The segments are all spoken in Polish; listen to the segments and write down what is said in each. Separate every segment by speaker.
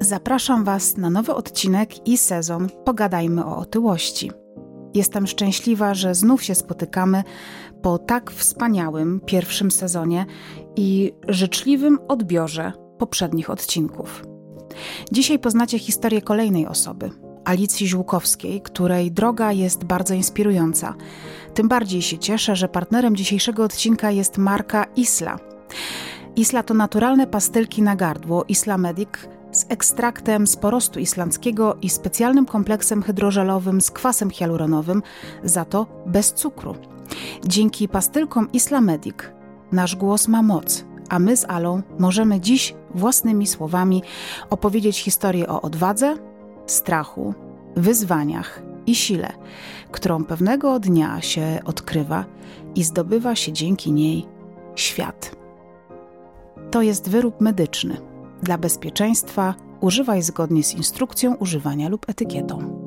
Speaker 1: Zapraszam Was na nowy odcinek i sezon Pogadajmy o otyłości. Jestem szczęśliwa, że znów się spotykamy po tak wspaniałym pierwszym sezonie i życzliwym odbiorze poprzednich odcinków. Dzisiaj poznacie historię kolejnej osoby, Alicji Ziółkowskiej, której droga jest bardzo inspirująca. Tym bardziej się cieszę, że partnerem dzisiejszego odcinka jest marka Isla. Isla to naturalne pastylki na gardło Isla Medic z ekstraktem z porostu islandzkiego i specjalnym kompleksem hydrożelowym z kwasem hialuronowym, za to bez cukru. Dzięki pastylkom Isla Medic nasz głos ma moc, a my z Alą możemy dziś własnymi słowami opowiedzieć historię o odwadze, strachu, wyzwaniach i sile, którą pewnego dnia się odkrywa i zdobywa się dzięki niej świat. To jest wyrób medyczny. Dla bezpieczeństwa używaj zgodnie z instrukcją używania lub etykietą.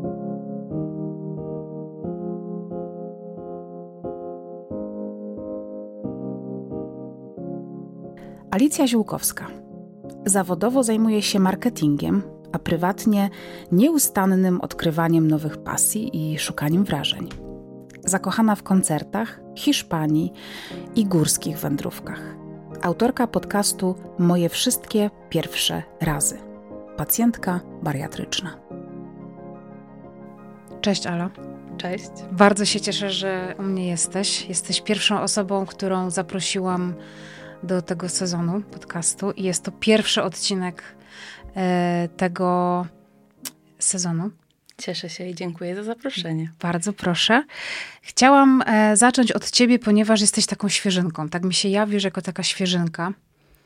Speaker 1: Alicja Ziółkowska. Zawodowo zajmuje się marketingiem, a prywatnie nieustannym odkrywaniem nowych pasji i szukaniem wrażeń. Zakochana w koncertach, Hiszpanii i górskich wędrówkach. Autorka podcastu Moje wszystkie pierwsze razy. Pacjentka bariatryczna. Cześć Ala.
Speaker 2: Cześć.
Speaker 1: Bardzo się cieszę, że u mnie jesteś. Jesteś pierwszą osobą, którą zaprosiłam do tego sezonu podcastu i jest to pierwszy odcinek tego sezonu.
Speaker 2: Cieszę się i dziękuję za zaproszenie.
Speaker 1: Bardzo proszę. Chciałam zacząć od ciebie, ponieważ jesteś taką świeżynką. Tak mi się jawisz jako taka świeżynka.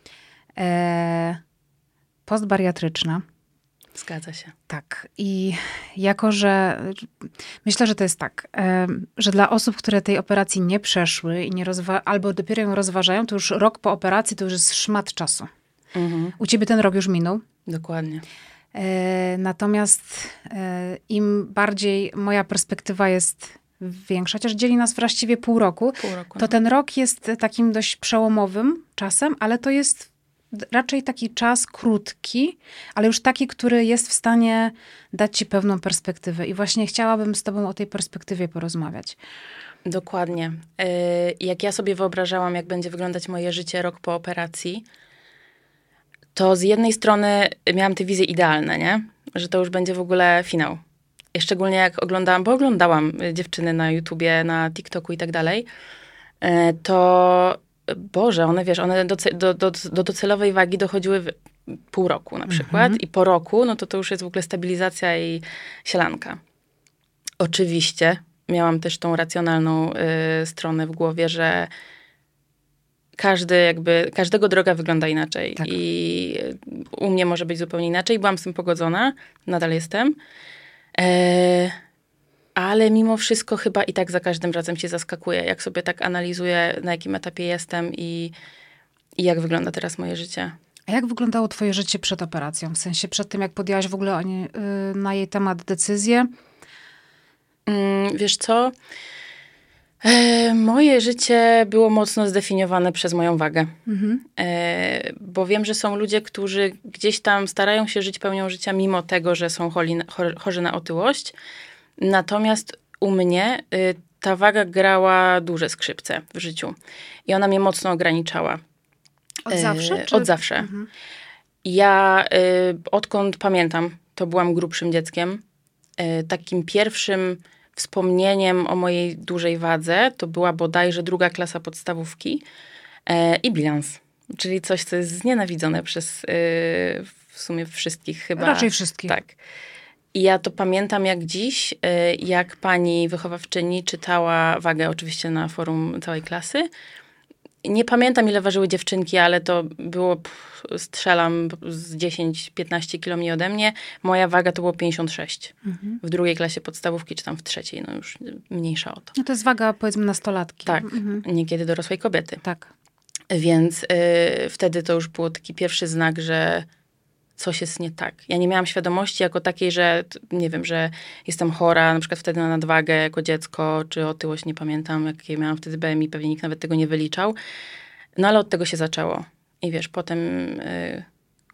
Speaker 1: Postbariatryczna.
Speaker 2: Zgadza się.
Speaker 1: Tak. I jako, że myślę, że to jest tak, że dla osób, które tej operacji nie przeszły i nie albo dopiero ją rozważają, to już rok po operacji to już jest szmat czasu. Mhm. U ciebie ten rok już minął.
Speaker 2: Dokładnie.
Speaker 1: Natomiast im bardziej moja perspektywa jest większa, chociaż dzieli nas właściwie pół roku, to ten rok jest takim dość przełomowym czasem, ale to jest raczej taki czas krótki, ale już taki, który jest w stanie dać ci pewną perspektywę. I właśnie chciałabym z tobą o tej perspektywie porozmawiać.
Speaker 2: Dokładnie. Jak ja sobie wyobrażałam, jak będzie wyglądać moje życie rok po operacji, to z jednej strony miałam te wizje idealne, nie? Że to już będzie w ogóle finał. I szczególnie jak oglądałam dziewczyny na YouTubie, na TikToku i tak dalej, to Boże, one do docelowej wagi dochodziły w pół roku na przykład. I po roku, no to już jest w ogóle stabilizacja i sielanka. Oczywiście miałam też tą racjonalną stronę w głowie, że każdego droga wygląda inaczej. Tak. I u mnie może być zupełnie inaczej. Byłam z tym pogodzona. Nadal jestem. Ale mimo wszystko chyba i tak za każdym razem się zaskakuję, jak sobie tak analizuję, na jakim etapie jestem i jak wygląda teraz moje życie.
Speaker 1: A jak wyglądało twoje życie przed operacją? W sensie przed tym, jak podjęłaś w ogóle na jej temat decyzję?
Speaker 2: Wiesz co? Moje życie było mocno zdefiniowane przez moją wagę. Bo wiem, że są ludzie, którzy gdzieś tam starają się żyć pełnią życia, mimo tego, że są chorzy na otyłość. Natomiast u mnie ta waga grała duże skrzypce w życiu. I ona mnie mocno ograniczała.
Speaker 1: Od zawsze?
Speaker 2: Od zawsze. Ja odkąd pamiętam, to byłam grubszym dzieckiem. Takim pierwszym wspomnieniem o mojej dużej wadze to była bodajże 2. klasa podstawówki i bilans. Czyli coś, co jest znienawidzone przez w sumie wszystkich chyba.
Speaker 1: Raczej wszystkich.
Speaker 2: Tak. I ja to pamiętam jak dziś, jak pani wychowawczyni czytała wagę oczywiście na forum całej klasy. Nie pamiętam, ile ważyły dziewczynki, ale to było, strzelam, z 10-15 kilo mniej ode mnie. Moja waga to było 56. W 2. klasie podstawówki, czy tam w 3. No już mniejsza o to.
Speaker 1: No to jest waga, powiedzmy, nastolatki.
Speaker 2: Tak, niekiedy dorosłej kobiety.
Speaker 1: Tak.
Speaker 2: Więc wtedy to już był taki pierwszy znak, że coś jest nie tak. Ja nie miałam świadomości jako takiej, że nie wiem, że jestem chora, na przykład wtedy na nadwagę jako dziecko, czy otyłość, nie pamiętam, jakie miałam wtedy BMI, pewnie nikt nawet tego nie wyliczał. No ale od tego się zaczęło. I wiesz, potem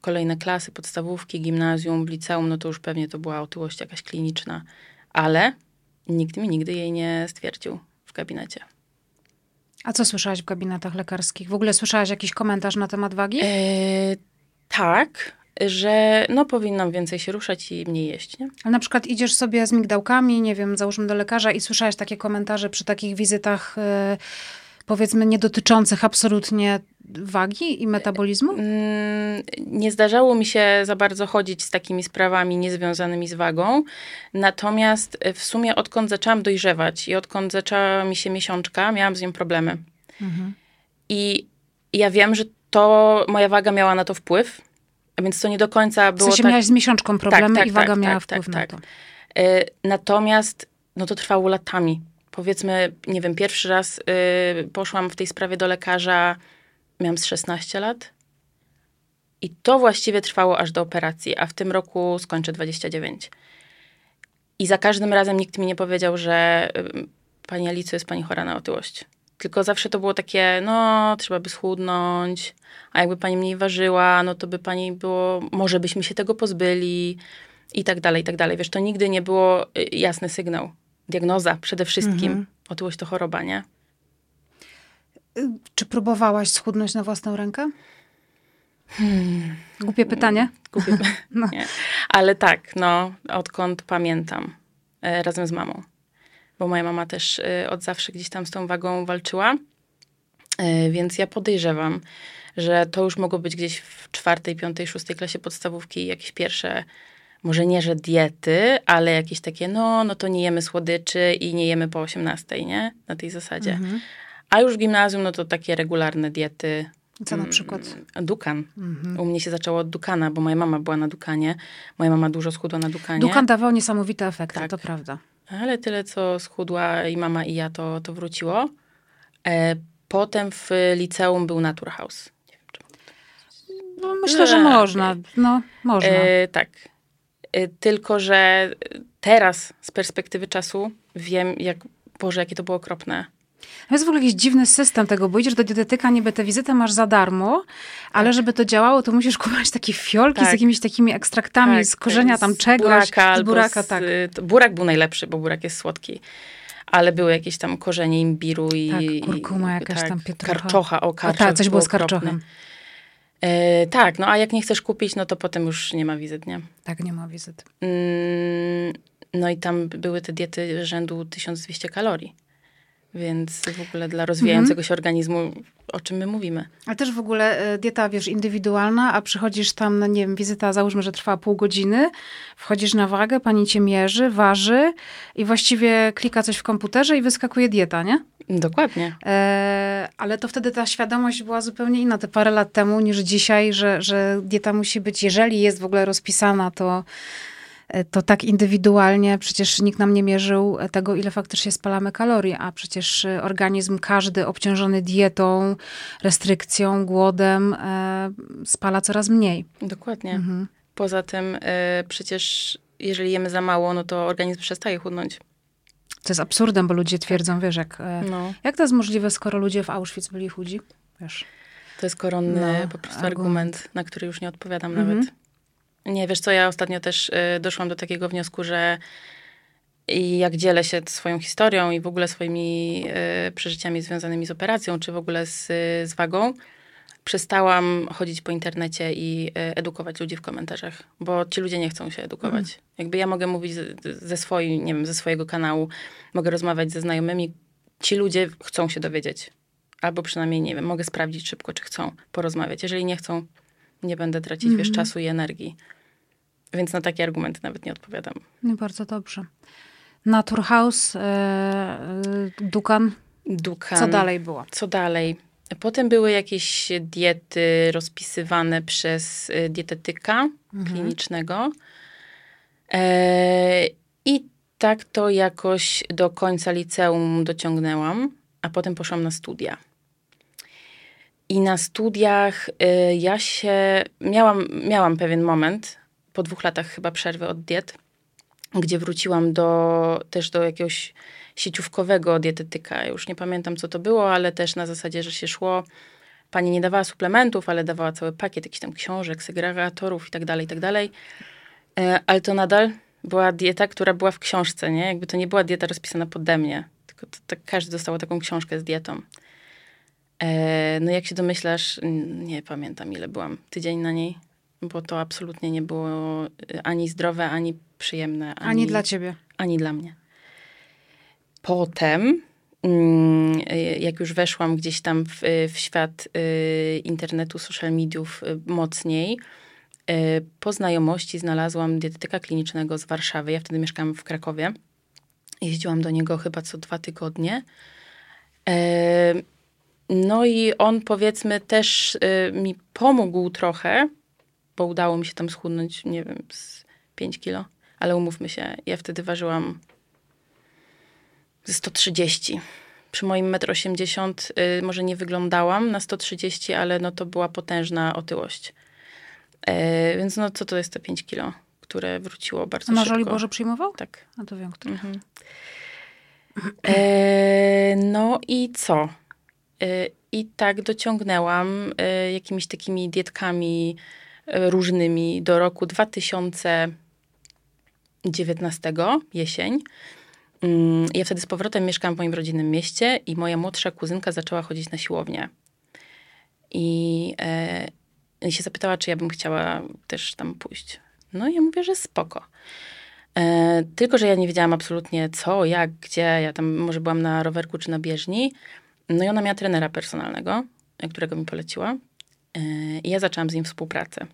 Speaker 2: kolejne klasy, podstawówki, gimnazjum, liceum, no to już pewnie to była otyłość jakaś kliniczna. Ale nikt mi nigdy jej nie stwierdził w gabinecie.
Speaker 1: A co słyszałaś w gabinetach lekarskich? W ogóle słyszałaś jakiś komentarz na temat wagi?
Speaker 2: Tak, że no powinnam więcej się ruszać i mniej jeść, nie?
Speaker 1: Ale na przykład idziesz sobie z migdałkami, nie wiem, załóżmy do lekarza i słyszałaś takie komentarze przy takich wizytach, powiedzmy, nie dotyczących absolutnie wagi i metabolizmu?
Speaker 2: Nie zdarzało mi się za bardzo chodzić z takimi sprawami niezwiązanymi z wagą. Natomiast w sumie odkąd zaczęłam dojrzewać i odkąd zaczęła mi się miesiączka, miałam z nią problemy. I ja wiem, że to moja waga miała na to wpływ, a więc to nie do końca było
Speaker 1: w sensie miałaś z miesiączką problemy i waga miała wpływ na to.
Speaker 2: Natomiast no to trwało latami. Powiedzmy, nie wiem, pierwszy raz poszłam w tej sprawie do lekarza, miałam z 16 lat. I to właściwie trwało aż do operacji, a w tym roku skończę 29. I za każdym razem nikt mi nie powiedział, że pani Alicjo, jest pani chora na otyłość. Tylko zawsze to było takie, no trzeba by schudnąć, a jakby pani mniej ważyła, no to by pani było, może byśmy się tego pozbyli i tak dalej, i tak dalej. Wiesz, to nigdy nie było jasny sygnał. Diagnoza przede wszystkim. Otyłość to choroba, nie?
Speaker 1: Czy próbowałaś schudnąć na własną rękę? Głupie pytanie.
Speaker 2: Głupie no. Nie. Ale tak, no, odkąd pamiętam, razem z mamą. Bo moja mama też od zawsze gdzieś tam z tą wagą walczyła. Więc ja podejrzewam, że to już mogło być gdzieś w 4., 5., 6. klasie podstawówki jakieś pierwsze, może nie, że diety, ale jakieś takie, no to nie jemy słodyczy i nie jemy po 18, nie? Na tej zasadzie. A już w gimnazjum, no to takie regularne diety.
Speaker 1: Co na przykład?
Speaker 2: Dukan. U mnie się zaczęło od Dukana, bo moja mama była na Dukanie. Moja mama dużo schudła na Dukanie.
Speaker 1: Dukan dawał niesamowite efekty, tak. To prawda.
Speaker 2: Ale tyle, co schudła i mama, i ja, to wróciło. Potem w liceum był Naturhaus. Nie wiem, czy
Speaker 1: no, myślę, że można. No, można.
Speaker 2: Tak. Tylko, że teraz z perspektywy czasu wiem, Boże, jakie to było okropne.
Speaker 1: To jest w ogóle jakiś dziwny system tego, bo idziesz do dietetyka, niby tę wizytę masz za darmo, ale żeby to działało, to musisz kupować takie fiolki z jakimiś takimi ekstraktami z korzenia tam czegoś.
Speaker 2: Z buraka, tak. Burak był najlepszy, bo burak jest słodki. Ale były jakieś tam korzenie imbiru i...
Speaker 1: Tak, kurkuma jakaś tam, pietrucha.
Speaker 2: Karczocha, karczok.
Speaker 1: Coś było z karczochem.
Speaker 2: Tak, no a jak nie chcesz kupić, no to potem już nie ma wizyt, nie?
Speaker 1: Tak, nie ma wizyt.
Speaker 2: No i tam były te diety rzędu 1200 kalorii. Więc w ogóle dla rozwijającego się organizmu, o czym my mówimy.
Speaker 1: Ale też w ogóle dieta, wiesz, indywidualna, a przychodzisz tam, no nie wiem, wizyta, załóżmy, że trwa pół godziny, wchodzisz na wagę, pani cię mierzy, waży i właściwie klika coś w komputerze i wyskakuje dieta, nie?
Speaker 2: Dokładnie.
Speaker 1: Ale to wtedy ta świadomość była zupełnie inna te parę lat temu niż dzisiaj, że dieta musi być, jeżeli jest w ogóle rozpisana, to tak indywidualnie, przecież nikt nam nie mierzył tego, ile faktycznie spalamy kalorii, a przecież organizm każdy obciążony dietą, restrykcją, głodem spala coraz mniej.
Speaker 2: Dokładnie. Poza tym przecież jeżeli jemy za mało, no to organizm przestaje chudnąć.
Speaker 1: To jest absurdem, bo ludzie twierdzą, wiesz, jak to jest możliwe, skoro ludzie w Auschwitz byli chudzi? Wiesz.
Speaker 2: To jest koronny po prostu argument, na który już nie odpowiadam nawet. Nie, wiesz co, ja ostatnio też doszłam do takiego wniosku, że jak dzielę się swoją historią i w ogóle swoimi przeżyciami związanymi z operacją, czy w ogóle z wagą, przestałam chodzić po internecie i edukować ludzi w komentarzach, bo ci ludzie nie chcą się edukować. Jakby ja mogę mówić ze swojego kanału, mogę rozmawiać ze znajomymi, ci ludzie chcą się dowiedzieć. Albo przynajmniej, nie wiem, mogę sprawdzić szybko, czy chcą porozmawiać. Jeżeli nie chcą, nie będę tracić, wiesz, czasu i energii. Więc na takie argumenty nawet nie odpowiadam.
Speaker 1: No bardzo dobrze. Naturhaus, Dukan. Co dalej było?
Speaker 2: Co dalej? Potem były jakieś diety rozpisywane przez dietetyka klinicznego. I tak to jakoś do końca liceum dociągnęłam, a potem poszłam na studia. I na studiach miałam pewien moment, po 2 latach chyba przerwy od diet, gdzie wróciłam też do jakiegoś sieciówkowego dietetyka. Już nie pamiętam, co to było, ale też na zasadzie, że się szło pani nie dawała suplementów, ale dawała cały pakiet jakichś tam książek, segregatorów i tak dalej. Ale to nadal była dieta, która była w książce, nie? Jakby to nie była dieta rozpisana pode mnie. Tylko każdy dostał taką książkę z dietą. No jak się domyślasz, nie pamiętam ile byłam. Tydzień na niej. Bo to absolutnie nie było ani zdrowe, ani przyjemne.
Speaker 1: Ani dla ciebie.
Speaker 2: Ani dla mnie. Potem, jak już weszłam gdzieś tam w świat internetu, social mediów mocniej, po znajomości znalazłam dietetyka klinicznego z Warszawy. Ja wtedy mieszkałam w Krakowie. Jeździłam do niego chyba co 2 tygodnie. No i on, powiedzmy, też mi pomógł trochę, bo udało mi się tam schudnąć, nie wiem, z 5 kilo. Ale umówmy się, ja wtedy ważyłam ze 130. Przy moim 1,80 m może nie wyglądałam na 130, ale no to była potężna otyłość. Więc no co to jest te 5 kilo, które wróciło bardzo szybko.
Speaker 1: A Marzoli Boże przyjmował?
Speaker 2: Tak.
Speaker 1: A to wiem, który.
Speaker 2: No i co? I tak dociągnęłam jakimiś takimi dietkami różnymi do roku 2019, jesień. Ja wtedy z powrotem mieszkałam w moim rodzinnym mieście i moja młodsza kuzynka zaczęła chodzić na siłownię. I się zapytała, czy ja bym chciała też tam pójść. No i ja mówię, że spoko. Tylko że ja nie wiedziałam absolutnie co, jak, gdzie. Ja tam może byłam na rowerku czy na bieżni. No i ona miała trenera personalnego, którego mi poleciła. I ja zaczęłam z nim współpracę.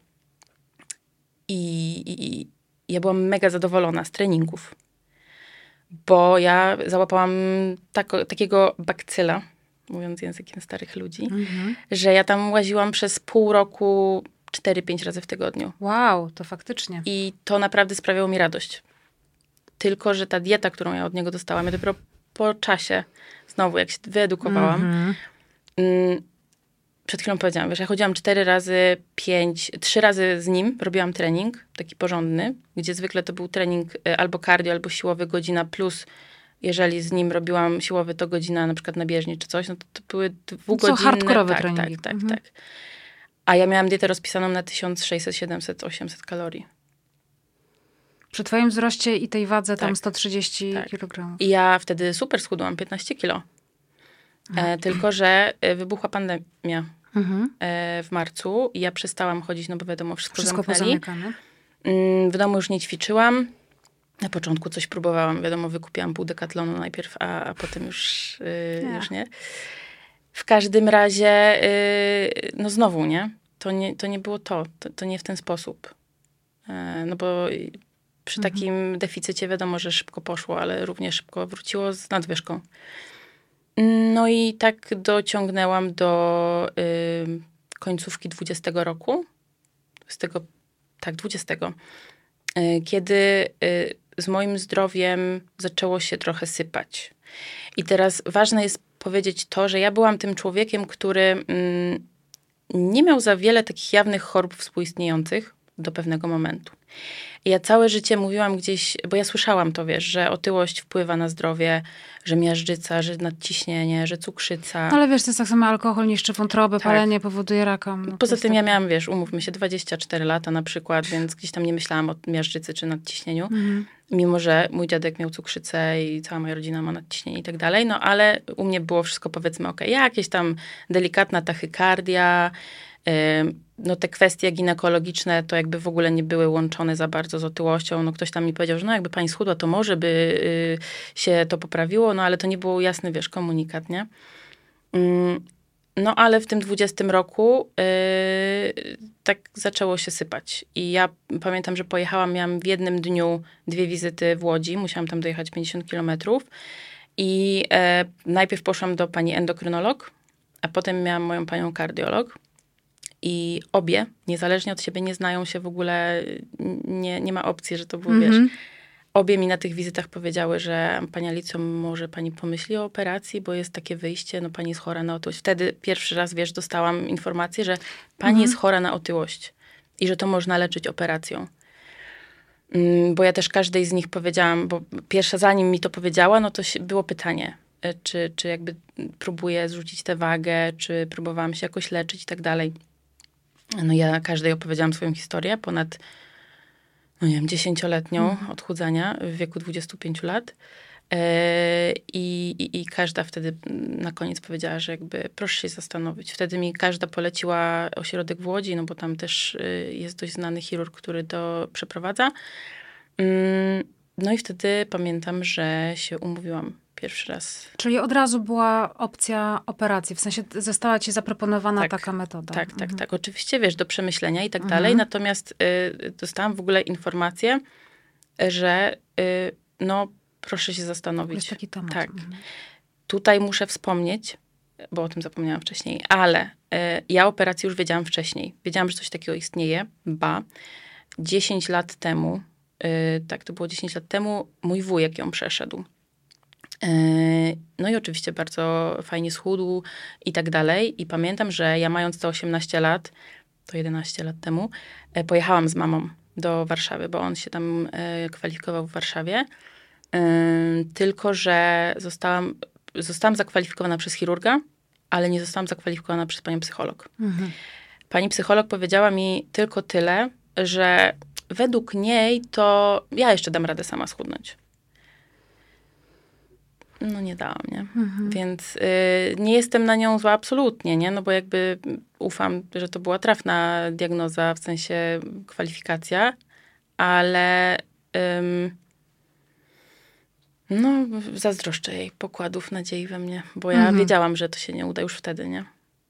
Speaker 2: I ja byłam mega zadowolona z treningów. Bo ja załapałam takiego bakcyla, mówiąc językiem starych ludzi, że ja tam łaziłam przez pół roku 4-5 razy w tygodniu.
Speaker 1: Wow, to faktycznie.
Speaker 2: I to naprawdę sprawiało mi radość. Tylko że ta dieta, którą ja od niego dostałam, ja dopiero po czasie, znowu jak się wyedukowałam, przed chwilą powiedziałam, wiesz, ja chodziłam 3 razy z nim, robiłam trening, taki porządny, gdzie zwykle to był trening albo cardio, albo siłowy, godzina plus, jeżeli z nim robiłam siłowy, to godzina na przykład na bieżni czy coś, no to były 2-godzinne.
Speaker 1: To hardkorowe treningi.
Speaker 2: Tak. A ja miałam dietę rozpisaną na 1600, 700, 800 kalorii.
Speaker 1: Przy twoim wzroście i tej wadze tam 130 kg.
Speaker 2: I ja wtedy super schudłam, 15 kilo. Tylko że wybuchła pandemia w marcu i ja przestałam chodzić, no bo wiadomo, wszystko
Speaker 1: pozamykane.
Speaker 2: W domu już nie ćwiczyłam. Na początku coś próbowałam, wiadomo, wykupiłam pół Decathlonu najpierw, a potem już nie. W każdym razie, no znowu, nie? To nie było to nie w ten sposób. No bo przy takim deficycie wiadomo, że szybko poszło, ale równie szybko wróciło z nadwyżką. No i tak dociągnęłam do końcówki 20 roku. 20. Kiedy z moim zdrowiem zaczęło się trochę sypać. I teraz ważne jest powiedzieć to, że ja byłam tym człowiekiem, który nie miał za wiele takich jawnych chorób współistniejących do pewnego momentu. I ja całe życie mówiłam gdzieś, bo ja słyszałam to, wiesz, że otyłość wpływa na zdrowie, że miażdżyca, że nadciśnienie, że cukrzyca.
Speaker 1: Ale wiesz, to jest tak samo, alkohol niszczy wątrobę, palenie powoduje raka. No,
Speaker 2: poza tym ja miałam, wiesz, umówmy się, 24 lata na przykład, więc gdzieś tam nie myślałam o miażdżycy czy nadciśnieniu. Mimo, że mój dziadek miał cukrzycę i cała moja rodzina ma nadciśnienie i tak dalej, no ale u mnie było wszystko, powiedzmy, okej, jakieś tam delikatna tachykardia, no te kwestie ginekologiczne to jakby w ogóle nie były łączone za bardzo z otyłością. No ktoś tam mi powiedział, że no jakby pani schudła, to może by się to poprawiło, no ale to nie był jasny, wiesz, komunikat, nie? No ale w tym 20 roku tak zaczęło się sypać. I ja pamiętam, że miałam w jednym dniu 2 wizyty w Łodzi, musiałam tam dojechać 50 kilometrów. I najpierw poszłam do pani endokrynolog, a potem miałam moją panią kardiolog. I obie, niezależnie od siebie, nie znają się w ogóle, nie ma opcji, że to było, wiesz. Obie mi na tych wizytach powiedziały, że pani Alicjo, może pani pomyśli o operacji, bo jest takie wyjście, no pani jest chora na otyłość. Wtedy pierwszy raz, wiesz, dostałam informację, że pani jest chora na otyłość i że to można leczyć operacją. Bo ja też każdej z nich powiedziałam, bo pierwsza, zanim mi to powiedziała, no to było pytanie. czy jakby próbuję zrzucić tę wagę, czy próbowałam się jakoś leczyć i tak dalej. No ja każdej opowiedziałam swoją historię, ponad, no nie wiem, 10-letnią odchudzania w wieku 25 lat. I każda wtedy na koniec powiedziała, że jakby proszę się zastanowić. Wtedy mi każda poleciła ośrodek w Łodzi, no bo tam też jest dość znany chirurg, który to przeprowadza. No i wtedy pamiętam, że się umówiłam pierwszy raz.
Speaker 1: Czyli od razu była opcja operacji, w sensie została ci zaproponowana taka metoda.
Speaker 2: Tak. Oczywiście, wiesz, do przemyślenia i tak dalej. Natomiast dostałam w ogóle informację, że no proszę się zastanowić.
Speaker 1: Jest taki temat.
Speaker 2: Tak. Tutaj muszę wspomnieć, bo o tym zapomniałam wcześniej, ale ja o operacji już wiedziałam wcześniej. Wiedziałam, że coś takiego istnieje, 10 lat temu, tak, to było 10 lat temu, mój wujek ją przeszedł. No i oczywiście bardzo fajnie schudł i tak dalej. I pamiętam, że ja mając te 18 lat, to 11 lat temu, pojechałam z mamą do Warszawy, bo on się tam kwalifikował w Warszawie. Tylko że zostałam zakwalifikowana przez chirurga, ale nie zostałam zakwalifikowana przez panią psycholog. Pani psycholog powiedziała mi tylko tyle, że według niej to ja jeszcze dam radę sama schudnąć. No nie dałam, nie? Więc nie jestem na nią zła absolutnie, nie? No bo jakby ufam, że to była trafna diagnoza, w sensie kwalifikacja, ale no zazdroszczę jej pokładów nadziei we mnie, bo ja wiedziałam, że to się nie uda już wtedy, nie?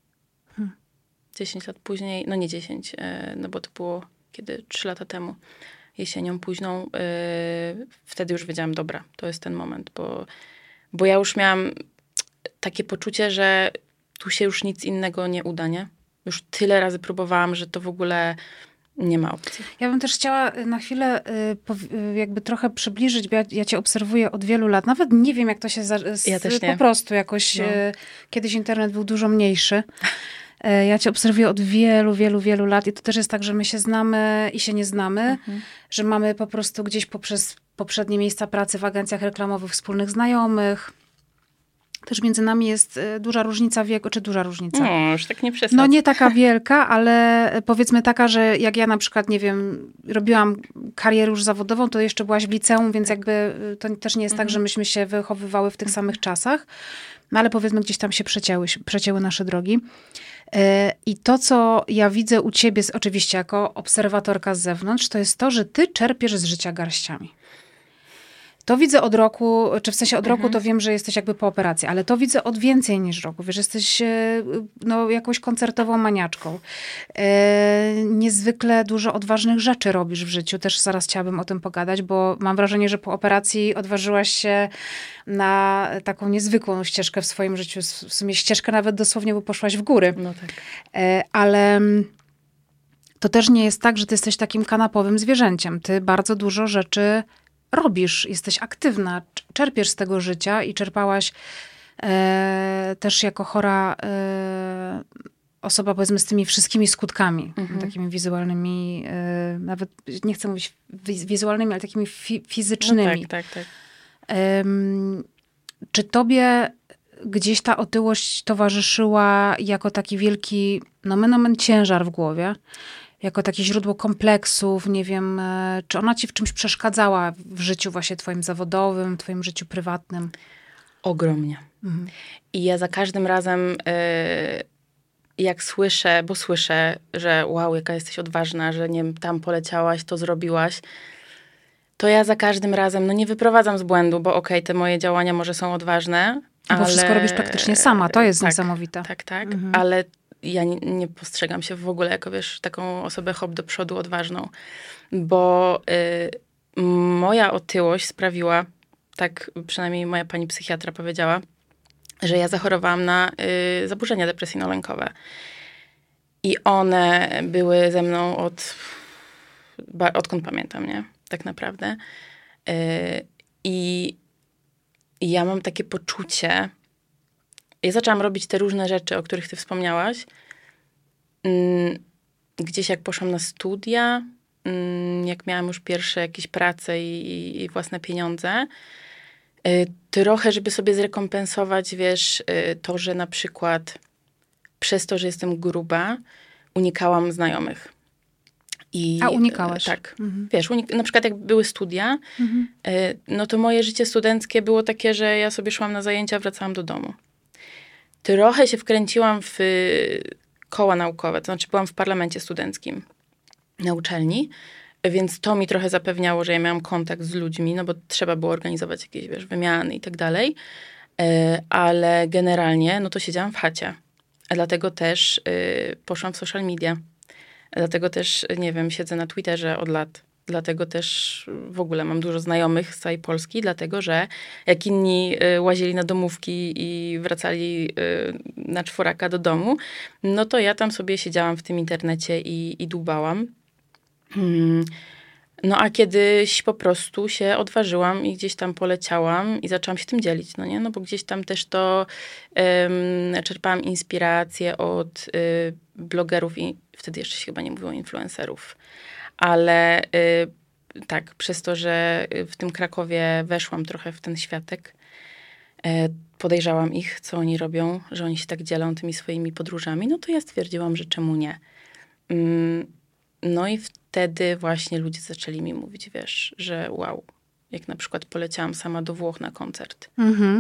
Speaker 2: 10 lat później, no nie 10, no bo to było kiedy 3 lata temu, jesienią późną, wtedy już wiedziałam, dobra, to jest ten moment, bo ja już miałam takie poczucie, że tu się już nic innego nie uda, nie? Już tyle razy próbowałam, że to w ogóle nie ma opcji.
Speaker 1: Ja bym też chciała na chwilę jakby trochę przybliżyć, bo ja cię obserwuję od wielu lat. Nawet nie wiem, jak to się
Speaker 2: ja też nie.
Speaker 1: po prostu jakoś... Kiedyś internet był dużo mniejszy. Ja cię obserwuję od wielu, wielu, wielu lat i to też jest tak, że my się znamy i się nie znamy, że mamy po prostu gdzieś poprzez poprzednie miejsca pracy w agencjach reklamowych wspólnych znajomych. Też między nami jest duża różnica wieku, czy duża różnica?
Speaker 2: No, już tak nie przesadz.
Speaker 1: No nie taka wielka, ale powiedzmy taka, że jak ja na przykład, nie wiem, robiłam karierę już zawodową, to jeszcze byłaś w liceum, więc jakby to też nie jest tak, że myśmy się wychowywały w tych samych czasach. No ale powiedzmy gdzieś tam się przecięły nasze drogi. I to, co ja widzę u ciebie, oczywiście jako obserwatorka z zewnątrz, to jest to, że ty czerpiesz z życia garściami. To widzę od roku, czy w sensie od roku to wiem, że jesteś jakby po operacji, ale to widzę od więcej niż roku. Wiesz, jesteś no, jakąś koncertową maniaczką. Niezwykle dużo odważnych rzeczy robisz w życiu. Też zaraz chciałabym o tym pogadać, bo mam wrażenie, że po operacji odważyłaś się na taką niezwykłą ścieżkę w swoim życiu. W sumie ścieżkę nawet dosłownie, bo poszłaś w góry.
Speaker 2: No tak.
Speaker 1: Ale to też nie jest tak, że ty jesteś takim kanapowym zwierzęciem. Ty bardzo dużo rzeczy robisz, jesteś aktywna, czerpiesz z tego życia i czerpałaś też jako chora osoba, powiedzmy, z tymi wszystkimi skutkami, takimi wizualnymi, nawet nie chcę mówić wizualnymi, ale takimi fizycznymi.
Speaker 2: No tak.
Speaker 1: Czy tobie gdzieś ta otyłość towarzyszyła jako taki wielki, nomen omen, ciężar w głowie? Jako takie źródło kompleksów, nie wiem, czy ona ci w czymś przeszkadzała w życiu właśnie twoim zawodowym, twoim życiu prywatnym?
Speaker 2: Ogromnie. I ja za każdym razem, jak słyszę, że wow, jaka jesteś odważna, że nie wiem, tam poleciałaś, to zrobiłaś, to ja za każdym razem, no nie wyprowadzam z błędu, bo okej, te moje działania może są odważne, ale...
Speaker 1: Bo wszystko robisz praktycznie sama, to jest niesamowite.
Speaker 2: Tak, ale ja nie postrzegam się w ogóle jako, wiesz, taką osobę hop do przodu, odważną. Bo moja otyłość sprawiła, tak przynajmniej moja pani psychiatra powiedziała, że ja zachorowałam na zaburzenia depresyjno-lękowe. I one były ze mną odkąd pamiętam, nie? Tak naprawdę. I ja mam takie poczucie... Ja zaczęłam robić te różne rzeczy, o których ty wspomniałaś. Gdzieś jak poszłam na studia, jak miałam już pierwsze jakieś prace i własne pieniądze, Trochę, żeby sobie zrekompensować, wiesz, to, że na przykład przez to, że jestem gruba, unikałam znajomych.
Speaker 1: A unikałaś?
Speaker 2: Tak. Wiesz, na przykład jak były studia, no to moje życie studenckie było takie, że ja sobie szłam na zajęcia, wracałam do domu. Trochę się wkręciłam w koła naukowe, to znaczy byłam w parlamencie studenckim na uczelni, więc to mi trochę zapewniało, że ja miałam kontakt z ludźmi, no bo trzeba było organizować jakieś, wiesz, wymiany i tak dalej. Ale generalnie, no to siedziałam w chacie. Dlatego też poszłam w social media. Dlatego też, nie wiem, siedzę na Twitterze od lat. Dlatego też w ogóle mam dużo znajomych z całej Polski, dlatego że jak inni łazili na domówki i wracali na czworaka do domu, no to ja tam sobie siedziałam w tym internecie i dłubałam. No a kiedyś po prostu się odważyłam i gdzieś tam poleciałam i zaczęłam się tym dzielić, no nie? No bo gdzieś tam też to czerpałam inspirację od blogerów i wtedy jeszcze się chyba nie mówiło influencerów. Ale tak, przez to, że w tym Krakowie weszłam trochę w ten światek, podejrzałam ich, co oni robią, że oni się tak dzielą tymi swoimi podróżami, no to ja stwierdziłam, że czemu nie. No i wtedy właśnie ludzie zaczęli mi mówić, wiesz, że wow, jak na przykład poleciałam sama do Włoch na koncert.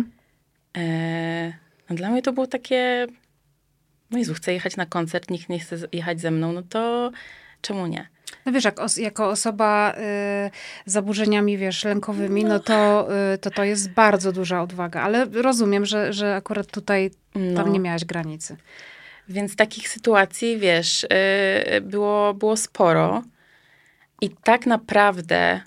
Speaker 2: A dla mnie to było takie, no Jezu, chcę jechać na koncert, nikt nie chce jechać ze mną, no to czemu nie?
Speaker 1: No wiesz, jako osoba z zaburzeniami, wiesz, lękowymi, no to jest bardzo duża odwaga. Ale rozumiem, że akurat tutaj tam nie miałaś granicy.
Speaker 2: Więc takich sytuacji, wiesz, było sporo. I tak naprawdę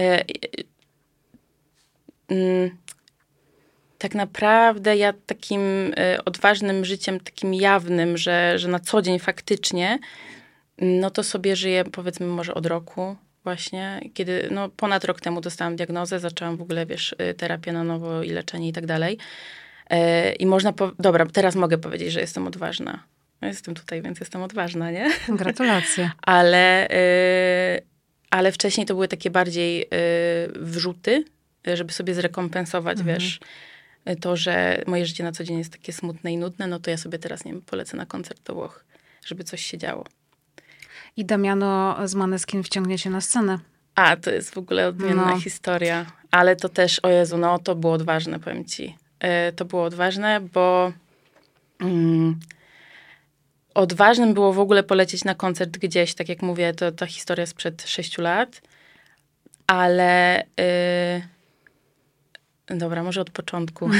Speaker 2: ja takim odważnym życiem, takim jawnym, że na co dzień faktycznie, no to sobie żyję, powiedzmy, może od roku właśnie, kiedy, no ponad rok temu dostałam diagnozę, zaczęłam w ogóle, wiesz, terapię na nowo i leczenie i tak dalej. I można, dobra, teraz mogę powiedzieć, że jestem odważna. No jestem tutaj, więc jestem odważna, nie?
Speaker 1: Gratulacje.
Speaker 2: Ale wcześniej to były takie bardziej wrzuty, żeby sobie zrekompensować, wiesz, to, że moje życie na co dzień jest takie smutne i nudne, no to ja sobie teraz, nie wiem, polecę na koncert do Włoch, żeby coś się działo.
Speaker 1: I Damiano z Måneskin wciągnie się na scenę.
Speaker 2: A, to jest w ogóle odmienna historia. Ale to też, o Jezu, no to było odważne, powiem ci. To było odważne, bo odważnym było w ogóle polecieć na koncert gdzieś, tak jak mówię, to ta historia sprzed 6 lat. Ale dobra, może od początku.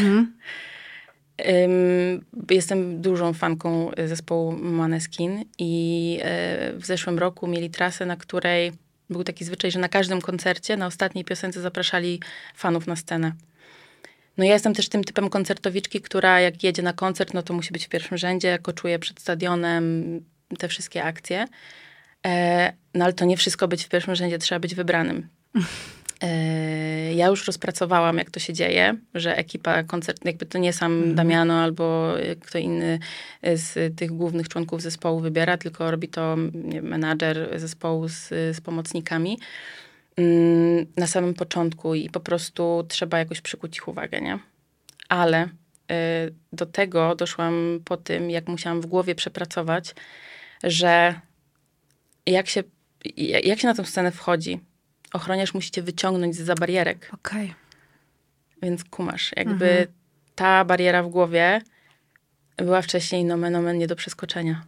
Speaker 2: Jestem dużą fanką zespołu Måneskin i w zeszłym roku mieli trasę, na której był taki zwyczaj, że na każdym koncercie, na ostatniej piosence zapraszali fanów na scenę. No ja jestem też tym typem koncertowiczki, która jak jedzie na koncert, no to musi być w pierwszym rzędzie, koczuje przed stadionem, te wszystkie akcje. No ale to nie wszystko być w pierwszym rzędzie, trzeba być wybranym. Ja już rozpracowałam, jak to się dzieje, że ekipa koncert, jakby to nie sam Damiano albo kto inny z tych głównych członków zespołu wybiera, tylko robi to menadżer zespołu z pomocnikami na samym początku i po prostu trzeba jakoś przykuć ich uwagę, nie? Ale do tego doszłam po tym, jak musiałam w głowie przepracować, że jak się na tę scenę wchodzi, ochroniarz musi cię wyciągnąć zza barierek.
Speaker 1: Okej.
Speaker 2: Więc kumasz, jakby ta bariera w głowie była wcześniej nomen omen nie do przeskoczenia.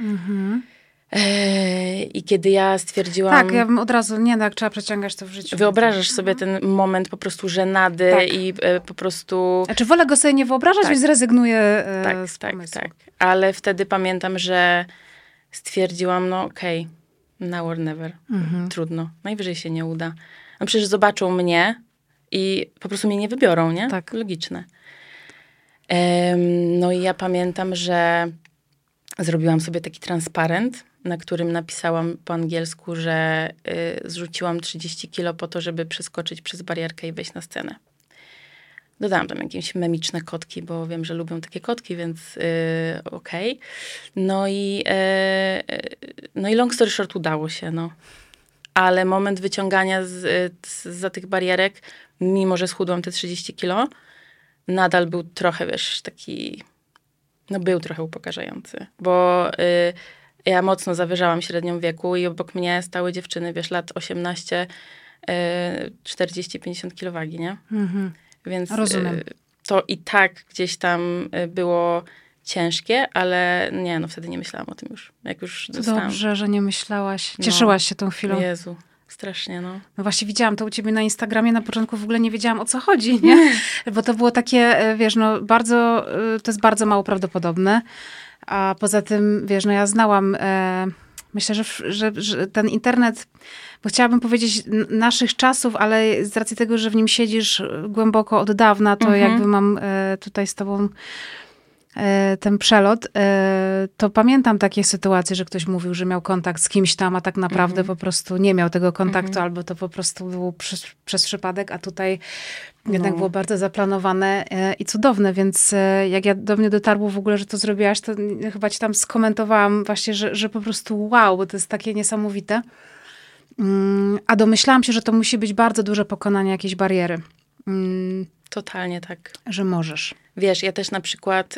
Speaker 2: I kiedy ja stwierdziłam...
Speaker 1: Tak, ja bym od razu, nie no, jak trzeba przeciągać to w życiu.
Speaker 2: Wyobrażasz sobie ten moment po prostu żenady i po prostu...
Speaker 1: Znaczy wolę go sobie nie wyobrażać, więc zrezygnuję z pomysłu.
Speaker 2: Tak. Ale wtedy pamiętam, że stwierdziłam, no okej, now or never. Trudno. Najwyżej się nie uda. No przecież zobaczą mnie i po prostu mnie nie wybiorą, nie?
Speaker 1: Tak.
Speaker 2: Logiczne. No i ja pamiętam, że zrobiłam sobie taki transparent, na którym napisałam po angielsku, że zrzuciłam 30 kilo po to, żeby przeskoczyć przez barierkę i wejść na scenę. Dodałam tam jakieś memiczne kotki, bo wiem, że lubią takie kotki, więc okej. No i long story short udało się, no. Ale moment wyciągania za tych barierek mimo że schudłam te 30 kilo, nadal był trochę, wiesz, taki, no był trochę upokarzający, bo ja mocno zawyżałam średnią wieku i obok mnie stały dziewczyny, wiesz, lat 18, 40-50 kilo wagi, nie? Więc
Speaker 1: rozumiem.
Speaker 2: to i tak gdzieś tam było ciężkie, ale nie, no wtedy nie myślałam o tym już. Jak już zostałam.
Speaker 1: Dobrze, że nie myślałaś. Cieszyłaś się tą chwilą.
Speaker 2: Jezu, strasznie, no.
Speaker 1: No właśnie widziałam to u ciebie na Instagramie. Na początku w ogóle nie wiedziałam, o co chodzi, nie? Bo to było takie, wiesz, no bardzo, to jest bardzo mało prawdopodobne. A poza tym, wiesz, no ja znałam, myślę, że ten internet, bo chciałabym powiedzieć naszych czasów, ale z racji tego, że w nim siedzisz głęboko od dawna, to jakby mam tutaj z tobą ten przelot, to pamiętam takie sytuacje, że ktoś mówił, że miał kontakt z kimś tam, a tak naprawdę po prostu nie miał tego kontaktu, albo to po prostu było przez przypadek, a tutaj jednak było bardzo zaplanowane i cudowne, więc jak do mnie dotarło w ogóle, że to zrobiłaś, to chyba ci tam skomentowałam właśnie, że po prostu wow, bo to jest takie niesamowite. A domyślałam się, że to musi być bardzo duże pokonanie jakiejś bariery.
Speaker 2: Totalnie tak.
Speaker 1: Że możesz.
Speaker 2: Wiesz, ja też na przykład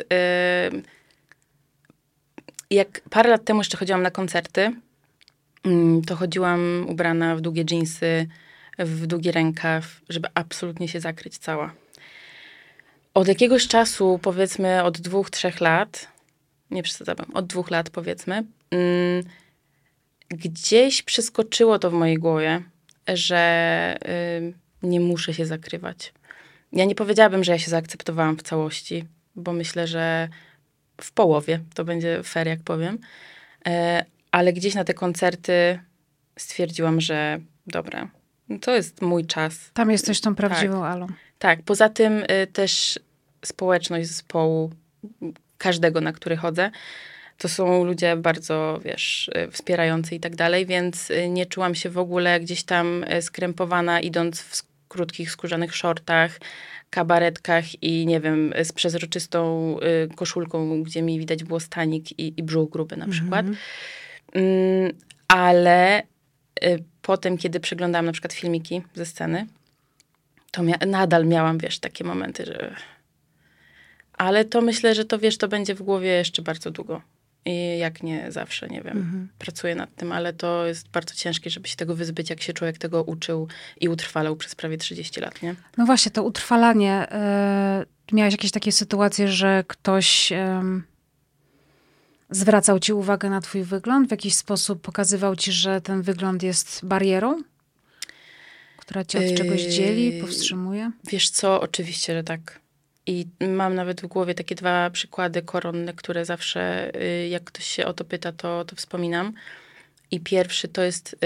Speaker 2: jak parę lat temu jeszcze chodziłam na koncerty, to chodziłam ubrana w długie dżinsy, w długi rękaw, żeby absolutnie się zakryć cała. Od jakiegoś czasu, powiedzmy od 2-3 lat, nie przesadzam, od 2 lat powiedzmy, gdzieś przeskoczyło to w mojej głowie, że nie muszę się zakrywać. Ja nie powiedziałabym, że ja się zaakceptowałam w całości, bo myślę, że w połowie, to będzie fair, jak powiem. Ale gdzieś na te koncerty stwierdziłam, że dobra, to jest mój czas.
Speaker 1: Tam jesteś tą prawdziwą Alą.
Speaker 2: Tak, poza tym też społeczność zespołu, każdego, na który chodzę, to są ludzie bardzo, wiesz, wspierający i tak dalej, więc nie czułam się w ogóle gdzieś tam skrępowana, idąc w krótkich, skórzanych shortach, kabaretkach i nie wiem, z przezroczystą koszulką, gdzie mi widać było stanik i brzuch gruby na przykład. Ale potem, kiedy przeglądałam na przykład filmiki ze sceny, to nadal miałam, wiesz, takie momenty, że... Ale to myślę, że to, wiesz, to będzie w głowie jeszcze bardzo długo. I jak nie zawsze, nie wiem, pracuję nad tym, ale to jest bardzo ciężkie, żeby się tego wyzbyć, jak się człowiek tego uczył i utrwalał przez prawie 30 lat, nie?
Speaker 1: No właśnie, to utrwalanie. Miałeś jakieś takie sytuacje, że ktoś zwracał ci uwagę na twój wygląd? W jakiś sposób pokazywał ci, że ten wygląd jest barierą, która cię od czegoś dzieli, powstrzymuje?
Speaker 2: Wiesz co, oczywiście, że tak. I mam nawet w głowie takie 2 przykłady koronne, które zawsze, jak ktoś się o to pyta, to wspominam. I pierwszy to jest...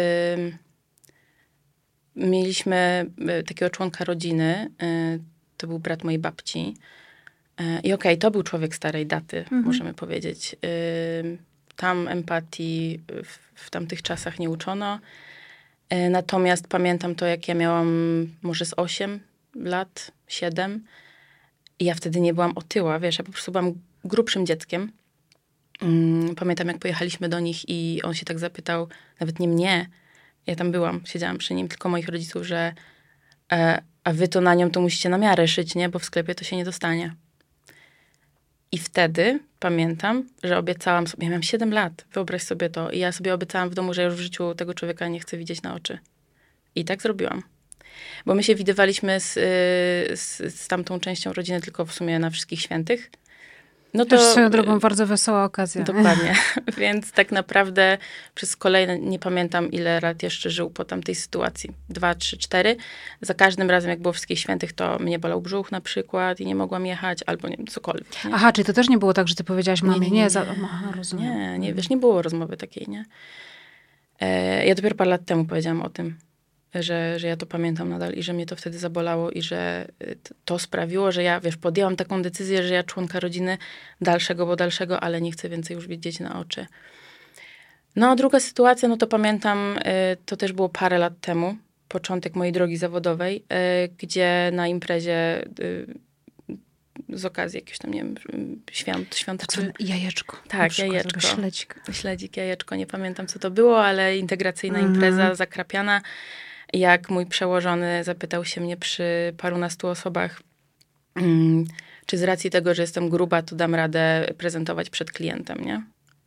Speaker 2: mieliśmy takiego członka rodziny, to był brat mojej babci. I okej, to był człowiek starej daty, możemy powiedzieć. Tam empatii w tamtych czasach nie uczono. Natomiast pamiętam to, jak ja miałam może z 8 lat, 7. I ja wtedy nie byłam otyła, wiesz, ja po prostu byłam grubszym dzieckiem. Pamiętam, jak pojechaliśmy do nich i on się tak zapytał, nawet nie mnie, ja tam byłam, siedziałam przy nim, tylko moich rodziców, że a wy to na nią to musicie na miarę szyć, nie? Bo w sklepie to się nie dostanie. I wtedy pamiętam, że obiecałam sobie, ja miałam 7 lat, wyobraź sobie to. I ja sobie obiecałam w domu, że już w życiu tego człowieka nie chcę widzieć na oczy. I tak zrobiłam. Bo my się widywaliśmy z tamtą częścią rodziny tylko w sumie na Wszystkich Świętych. No to
Speaker 1: też swoją drogą bardzo wesoła okazja.
Speaker 2: Dokładnie. Więc tak naprawdę przez kolejne, nie pamiętam ile lat jeszcze żył po tamtej sytuacji. 2, 3, 4. Za każdym razem, jak było Wszystkich Świętych, to mnie bolał brzuch na przykład i nie mogłam jechać, albo nie wiem, cokolwiek. Nie?
Speaker 1: Aha, czyli to też nie było tak, że ty powiedziałaś mamie, nie. Rozumiem.
Speaker 2: Nie było rozmowy takiej, nie. Ja dopiero parę lat temu powiedziałam o tym, że ja to pamiętam nadal i że mnie to wtedy zabolało i że to sprawiło, że ja, wiesz, podjęłam taką decyzję, że ja członka rodziny dalszego, ale nie chcę więcej już widzieć na oczy. No a druga sytuacja, no to pamiętam, to też było parę lat temu, początek mojej drogi zawodowej, gdzie na imprezie z okazji jakiegoś tam, nie wiem, świąt czy...
Speaker 1: Jajeczko.
Speaker 2: Tak, jajeczko.
Speaker 1: Śledzik.
Speaker 2: Śledzik, jajeczko, nie pamiętam co to było, ale integracyjna impreza, zakrapiana. jak mój przełożony zapytał się mnie przy parunastu osobach, czy z racji tego, że jestem gruba, to dam radę prezentować przed klientem, nie?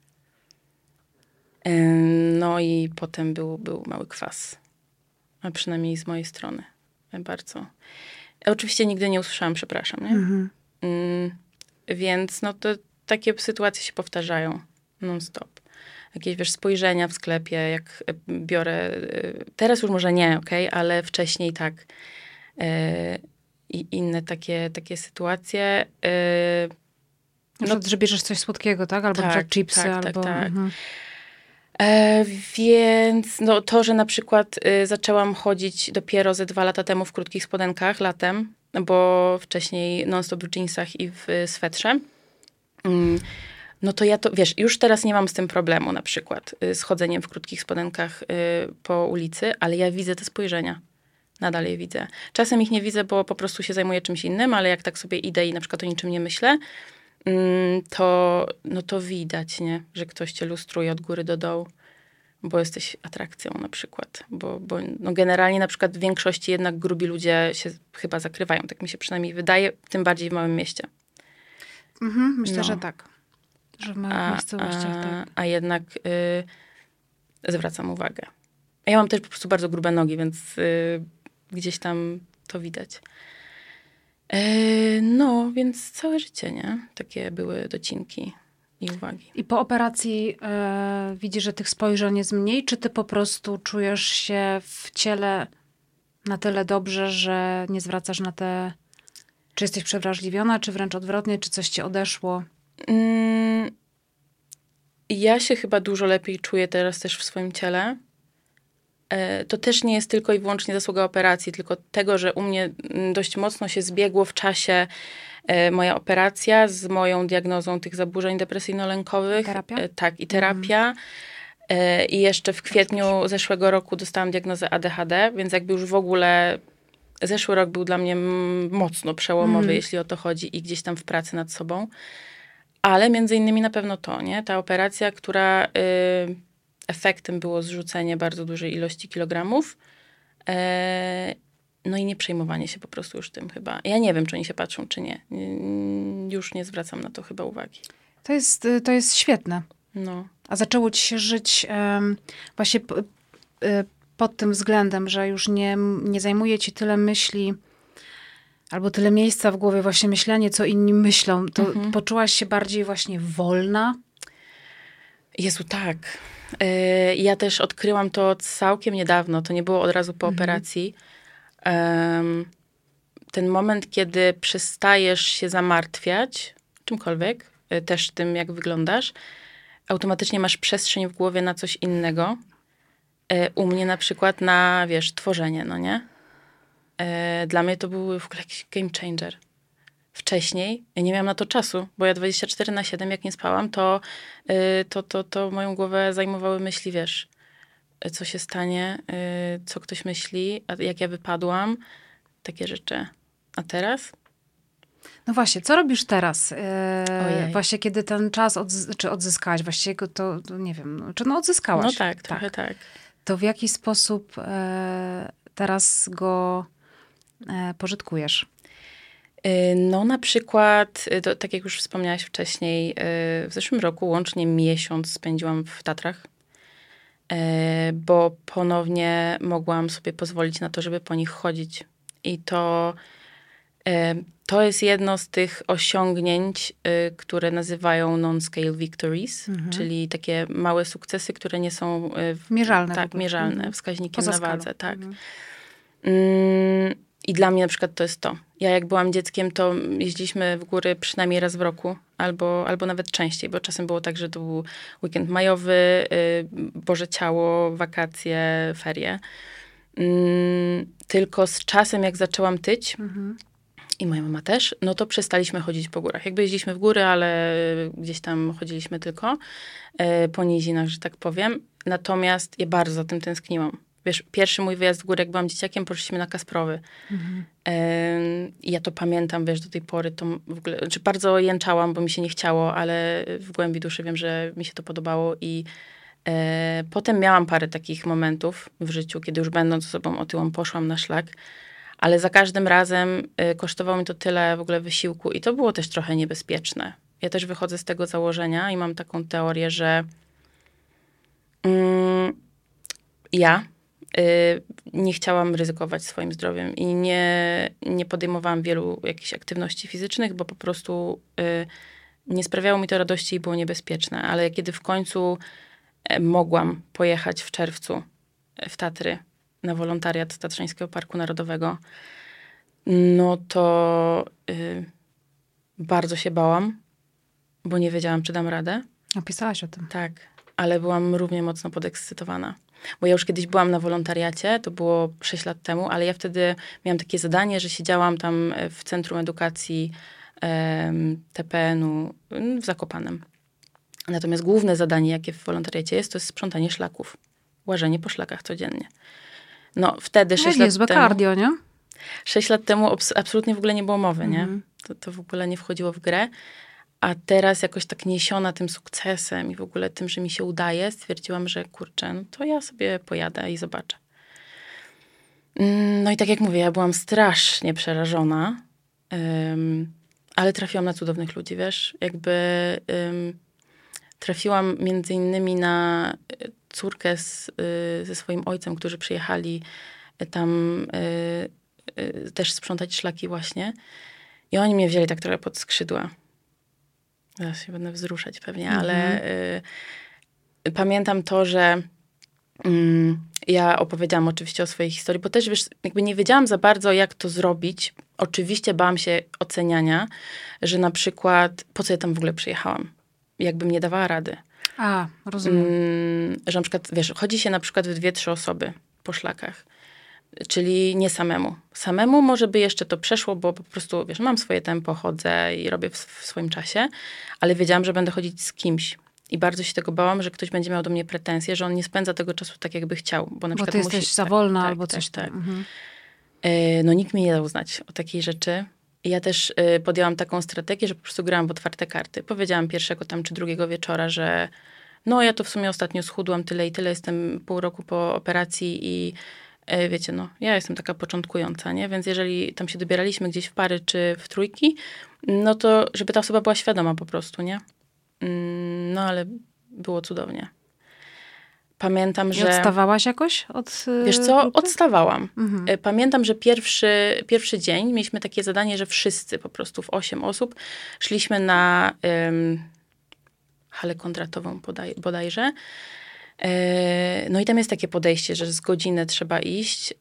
Speaker 2: No i potem był mały kwas. A przynajmniej z mojej strony. Bardzo. Oczywiście nigdy nie usłyszałam przepraszam, nie? Więc no to takie sytuacje się powtarzają non-stop. Jakieś, wiesz, spojrzenia w sklepie, jak biorę... Teraz już może nie, okej? Ale wcześniej tak. I inne takie sytuacje.
Speaker 1: Że bierzesz coś słodkiego, tak? Albo
Speaker 2: tak,
Speaker 1: chipsy,
Speaker 2: tak,
Speaker 1: albo...
Speaker 2: Tak. Więc no, to, że na przykład zaczęłam chodzić dopiero ze 2 lata temu w krótkich spodenkach latem, bo wcześniej non-stop w jeansach i w swetrze, no to ja to, wiesz, już teraz nie mam z tym problemu na przykład z chodzeniem w krótkich spodenkach po ulicy, ale ja widzę te spojrzenia. Nadal je widzę. Czasem ich nie widzę, bo po prostu się zajmuję czymś innym, ale jak tak sobie idę i na przykład o niczym nie myślę, to widać, nie? Że ktoś cię lustruje od góry do dołu, bo jesteś atrakcją na przykład. Bo no generalnie na przykład w większości jednak grubi ludzie się chyba zakrywają. Tak mi się przynajmniej wydaje, tym bardziej w małym mieście.
Speaker 1: Myślę, że tak. Że w małych miejscowościach tak.
Speaker 2: A jednak zwracam uwagę. Ja mam też po prostu bardzo grube nogi, więc gdzieś tam to widać. No, więc całe życie, nie? Takie były docinki i uwagi.
Speaker 1: I po operacji widzisz, że tych spojrzeń jest mniej, czy ty po prostu czujesz się w ciele na tyle dobrze, że nie zwracasz na te... Czy jesteś przewrażliwiona, czy wręcz odwrotnie, czy coś ci odeszło?
Speaker 2: Ja się chyba dużo lepiej czuję teraz też w swoim ciele. To też nie jest tylko i wyłącznie zasługa operacji, tylko tego, że u mnie dość mocno się zbiegło w czasie moja operacja z moją diagnozą tych zaburzeń depresyjno-lękowych.
Speaker 1: Terapia?
Speaker 2: Tak, i terapia. I jeszcze w kwietniu zeszłego roku dostałam diagnozę ADHD, więc jakby już w ogóle zeszły rok był dla mnie mocno przełomowy, jeśli o to chodzi i gdzieś tam w pracy nad sobą. Ale między innymi na pewno to, nie? Ta operacja, która... efektem było zrzucenie bardzo dużej ilości kilogramów. No i nie przejmowanie się po prostu już tym chyba. Ja nie wiem, czy oni się patrzą, czy nie. Już nie zwracam na to chyba uwagi.
Speaker 1: To jest świetne.
Speaker 2: No.
Speaker 1: A zaczęło ci się żyć właśnie pod tym względem, że już nie zajmuje ci tyle myśli albo tyle miejsca w głowie, właśnie myślenie, co inni myślą. To poczułaś się bardziej właśnie wolna?
Speaker 2: Jezu, tak. Ja też odkryłam to całkiem niedawno. To nie było od razu po operacji. Ten moment, kiedy przestajesz się zamartwiać czymkolwiek, też tym, jak wyglądasz, automatycznie masz przestrzeń w głowie na coś innego. U mnie na przykład na, wiesz, tworzenie, no nie? Dla mnie to był w ogóle jakiś game changer. Wcześniej ja nie miałam na to czasu, bo ja 24/7, jak nie spałam, to moją głowę zajmowały myśli, wiesz, co się stanie, co ktoś myśli, a jak ja wypadłam, takie rzeczy. A teraz?
Speaker 1: No właśnie, co robisz teraz?
Speaker 2: Ojej.
Speaker 1: Właśnie kiedy ten czas czy odzyskałaś, właściwie to nie wiem, czy odzyskałaś?
Speaker 2: No tak, trochę tak.
Speaker 1: To w jaki sposób teraz go pożytkujesz?
Speaker 2: No na przykład, tak jak już wspomniałaś wcześniej, w zeszłym roku łącznie miesiąc spędziłam w Tatrach, bo ponownie mogłam sobie pozwolić na to, żeby po nich chodzić. I to jest jedno z tych osiągnięć, które nazywają non-scale victories, czyli takie małe sukcesy, które nie są...
Speaker 1: mierzalne.
Speaker 2: Tak, mierzalne, wskaźnikiem
Speaker 1: Poza
Speaker 2: na wadze,
Speaker 1: skalą.
Speaker 2: tak. I dla mnie na przykład to jest to. Ja jak byłam dzieckiem, to jeździliśmy w góry przynajmniej raz w roku, albo nawet częściej, bo czasem było tak, że to był weekend majowy, Boże Ciało, wakacje, ferie. Tylko z czasem, jak zaczęłam tyć, i moja mama też, no to przestaliśmy chodzić po górach. Jakby jeździliśmy w góry, ale gdzieś tam chodziliśmy tylko po nizinach, że tak powiem. Natomiast ja bardzo za tym tęskniłam. Wiesz, pierwszy mój wyjazd w górę, jak byłam dzieciakiem, poszliśmy na Kasprowy. I ja to pamiętam, wiesz, do tej pory to w ogóle, znaczy bardzo jęczałam, bo mi się nie chciało, ale w głębi duszy wiem, że mi się to podobało i Potem miałam parę takich momentów w życiu, kiedy już będąc osobą otyłą poszłam na szlak, ale za każdym razem kosztowało mi to tyle w ogóle wysiłku i to było też trochę niebezpieczne. Ja też wychodzę z tego założenia i mam taką teorię, że ja nie chciałam ryzykować swoim zdrowiem i nie podejmowałam wielu jakichś aktywności fizycznych, bo po prostu nie sprawiało mi to radości i było niebezpieczne. Ale kiedy w końcu mogłam pojechać w czerwcu w Tatry na wolontariat Tatrzańskiego Parku Narodowego, no to bardzo się bałam, bo nie wiedziałam, czy dam radę.
Speaker 1: Napisałaś o tym.
Speaker 2: Tak, ale byłam równie mocno podekscytowana. Bo ja już kiedyś byłam na wolontariacie, to było 6 lat temu, ale ja wtedy miałam takie zadanie, że siedziałam tam w Centrum Edukacji TPN-u w Zakopanem. Natomiast główne zadanie, jakie w wolontariacie jest, to jest sprzątanie szlaków. Łażenie po szlakach codziennie. No wtedy 6 lat temu...
Speaker 1: cardio, nie?
Speaker 2: 6 lat temu absolutnie w ogóle nie było mowy, nie? To w ogóle nie wchodziło w grę. A teraz jakoś tak niesiona tym sukcesem i w ogóle tym, że mi się udaje, stwierdziłam, że kurczę, no to ja sobie pojadę i zobaczę. No i tak jak mówię, ja byłam strasznie przerażona, ale trafiłam na cudownych ludzi, wiesz? Jakby trafiłam między innymi na córkę ze swoim ojcem, którzy przyjechali tam też sprzątać szlaki właśnie. I oni mnie wzięli tak trochę pod skrzydła. Zaraz się będę wzruszać pewnie, ale pamiętam to, że ja opowiedziałam oczywiście o swojej historii, bo też wiesz, jakby nie wiedziałam za bardzo, jak to zrobić. Oczywiście bałam się oceniania, że na przykład, po co ja tam w ogóle przyjechałam? Jakbym nie dawała rady.
Speaker 1: A, rozumiem.
Speaker 2: Że na przykład, wiesz, chodzi się na przykład w 2-3 osoby po szlakach. Czyli nie samemu. Samemu może by jeszcze to przeszło, bo po prostu, wiesz, mam swoje tempo, chodzę i robię w swoim czasie, ale wiedziałam, że będę chodzić z kimś. I bardzo się tego bałam, że ktoś będzie miał do mnie pretensje, że on nie spędza tego czasu tak, jakby chciał. Bo na przykład
Speaker 1: ty jesteś za wolna albo coś
Speaker 2: tak.
Speaker 1: tam.
Speaker 2: No nikt mi nie dał znać o takiej rzeczy. I ja też podjęłam taką strategię, że po prostu grałam w otwarte karty. Powiedziałam pierwszego tam czy drugiego wieczora, że no ja to w sumie ostatnio schudłam tyle i tyle, jestem pół roku po operacji i wiecie, no, ja jestem taka początkująca, nie? Więc jeżeli tam się dobieraliśmy gdzieś w pary czy w trójki, no to żeby ta osoba była świadoma po prostu, nie? No, ale było cudownie. Pamiętam, że...
Speaker 1: odstawałaś jakoś od...
Speaker 2: Wiesz co? Odstawałam. Pamiętam, że pierwszy dzień mieliśmy takie zadanie, że wszyscy po prostu w 8 osób szliśmy na halę Kondratową bodajże. No i tam jest takie podejście, że z godziny trzeba iść.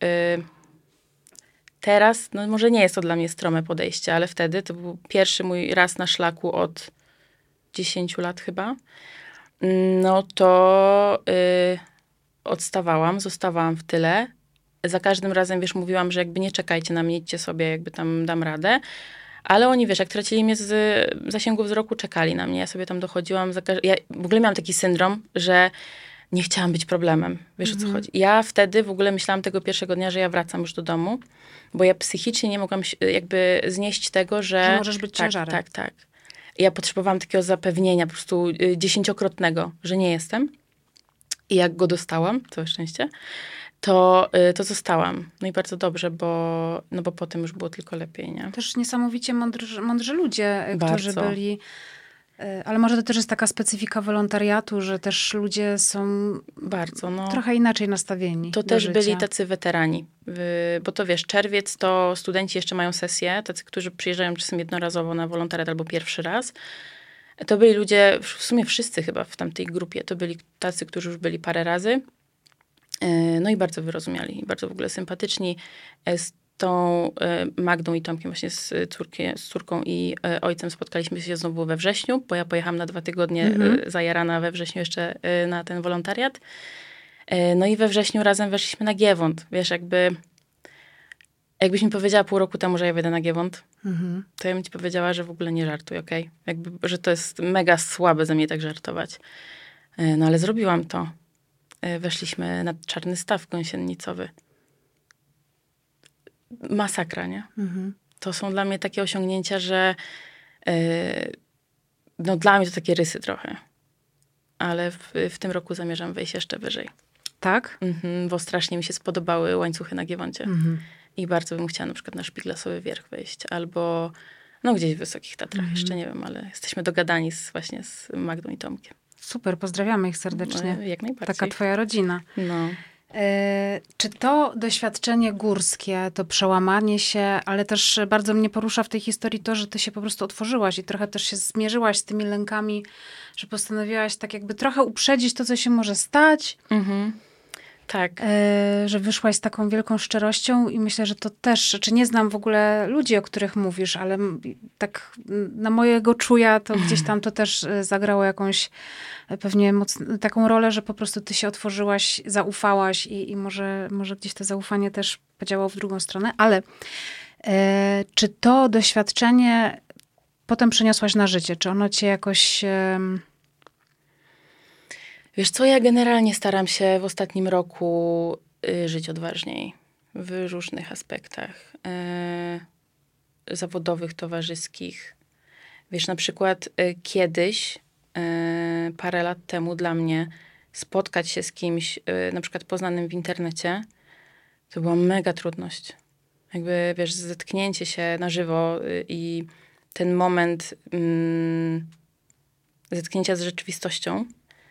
Speaker 2: Teraz, no może nie jest to dla mnie strome podejście, ale wtedy to był pierwszy mój raz na szlaku od 10 lat chyba. No to odstawałam, zostawałam w tyle. Za każdym razem, wiesz, mówiłam, że jakby nie czekajcie na mnie, idźcie sobie, jakby tam dam radę. Ale oni, wiesz, jak tracili mnie z zasięgu wzroku, czekali na mnie. Ja sobie tam dochodziłam. Ja w ogóle miałam taki syndrom, że nie chciałam być problemem. Wiesz, o co chodzi? Ja wtedy w ogóle myślałam tego pierwszego dnia, że ja wracam już do domu, bo ja psychicznie nie mogłam jakby znieść tego, że
Speaker 1: możesz być ciężarem.
Speaker 2: Tak. Ja potrzebowałam takiego zapewnienia po prostu 10-krotnego, że nie jestem. I jak go dostałam, całe szczęście, to zostałam. No i bardzo dobrze, bo potem już było tylko lepiej, nie?
Speaker 1: Też niesamowicie mądrzy ludzie, którzy
Speaker 2: Bardzo.
Speaker 1: byli... Ale może to też jest taka specyfika wolontariatu, że też ludzie są
Speaker 2: bardzo,
Speaker 1: trochę inaczej nastawieni.
Speaker 2: To też byli tacy weterani. Bo to wiesz, czerwiec to studenci jeszcze mają sesję, tacy, którzy przyjeżdżają czasem jednorazowo na wolontariat albo pierwszy raz. To byli ludzie, w sumie wszyscy chyba w tamtej grupie, to byli tacy, którzy już byli parę razy. No i bardzo wyrozumiali, bardzo w ogóle sympatyczni. Z tą Magdą i Tomkiem, właśnie z córką i ojcem spotkaliśmy się znowu we wrześniu, bo ja pojechałam na 2 tygodnie zajarana we wrześniu jeszcze na ten wolontariat. No i we wrześniu razem weszliśmy na Giewont. Wiesz, jakbyś mi powiedziała pół roku temu, że ja wejdę na Giewont, to ja bym ci powiedziała, że w ogóle nie żartuj, okej? Że to jest mega słabe ze mnie tak żartować. No ale zrobiłam to. Weszliśmy na Czarny Staw gąsienicowy. Masakra, nie? To są dla mnie takie osiągnięcia, że no dla mnie to takie rysy trochę. ale w tym roku zamierzam wejść jeszcze wyżej.
Speaker 1: Tak?
Speaker 2: Bo strasznie mi się spodobały łańcuchy na Giewoncie. I bardzo bym chciała na przykład na Szpiglasowy Wierch wejść, albo gdzieś w Wysokich Tatrach, jeszcze nie wiem, ale jesteśmy dogadani właśnie z Magdą i Tomkiem.
Speaker 1: Super, pozdrawiamy ich serdecznie.
Speaker 2: No, jak najbardziej.
Speaker 1: Taka twoja rodzina.
Speaker 2: No.
Speaker 1: Czy to doświadczenie górskie, to przełamanie się, ale też bardzo mnie porusza w tej historii to, że ty się po prostu otworzyłaś i trochę też się zmierzyłaś z tymi lękami, że postanowiłaś tak jakby trochę uprzedzić to, co się może stać.
Speaker 2: Tak.
Speaker 1: Że wyszłaś z taką wielką szczerością i myślę, że to też, czy nie znam w ogóle ludzi, o których mówisz, ale tak na mojego czuja to gdzieś tam to też zagrało jakąś pewnie taką rolę, że po prostu ty się otworzyłaś, zaufałaś i może gdzieś to zaufanie też podziałało w drugą stronę, ale czy to doświadczenie potem przeniosłaś na życie? Czy ono cię jakoś...
Speaker 2: Wiesz co, ja generalnie staram się w ostatnim roku żyć odważniej w różnych aspektach zawodowych, towarzyskich. Wiesz, na przykład kiedyś, parę lat temu dla mnie spotkać się z kimś, na przykład poznanym w internecie, to była mega trudność. Jakby, wiesz, zetknięcie się na żywo i ten moment zetknięcia z rzeczywistością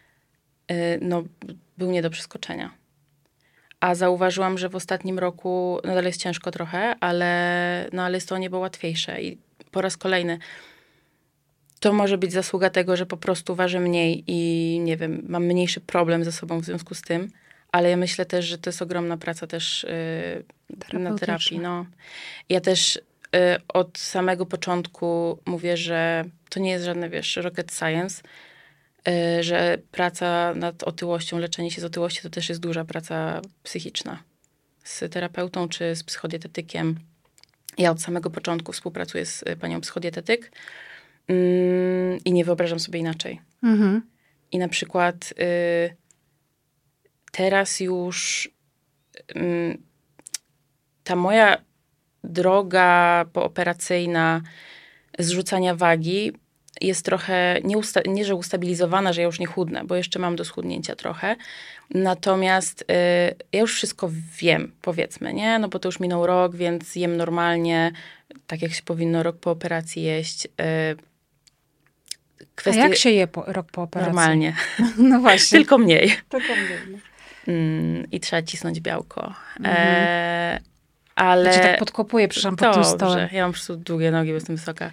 Speaker 2: był nie do przeskoczenia. A zauważyłam, że w ostatnim roku, nadal jest ciężko trochę, ale jest to o niebo łatwiejsze. I po raz kolejny to może być zasługa tego, że po prostu ważę mniej i nie wiem, mam mniejszy problem ze sobą w związku z tym, ale ja myślę też, że to jest ogromna praca też na terapii. No. Ja też od samego początku mówię, że to nie jest żadne, wiesz, rocket science, że praca nad otyłością, leczenie się z otyłości to też jest duża praca psychiczna. Z terapeutą czy z psychodietetykiem. Ja od samego początku współpracuję z panią psychodietetyk i nie wyobrażam sobie inaczej. I na przykład teraz już ta moja droga pooperacyjna zrzucania wagi jest trochę, nie że ustabilizowana, że ja już nie chudnę, bo jeszcze mam do schudnięcia trochę. Natomiast ja już wszystko wiem, powiedzmy, nie? No bo to już minął rok, więc jem normalnie, tak jak się powinno rok po operacji jeść.
Speaker 1: A jak się je rok po operacji?
Speaker 2: Normalnie.
Speaker 1: No właśnie.
Speaker 2: Tylko mniej.
Speaker 1: Tylko mniej. No.
Speaker 2: I trzeba cisnąć białko. Ale...
Speaker 1: Ja cię tak podkopuję, przepraszam, pod tym stołem.
Speaker 2: Ja mam po prostu długie nogi, bo jestem wysoka.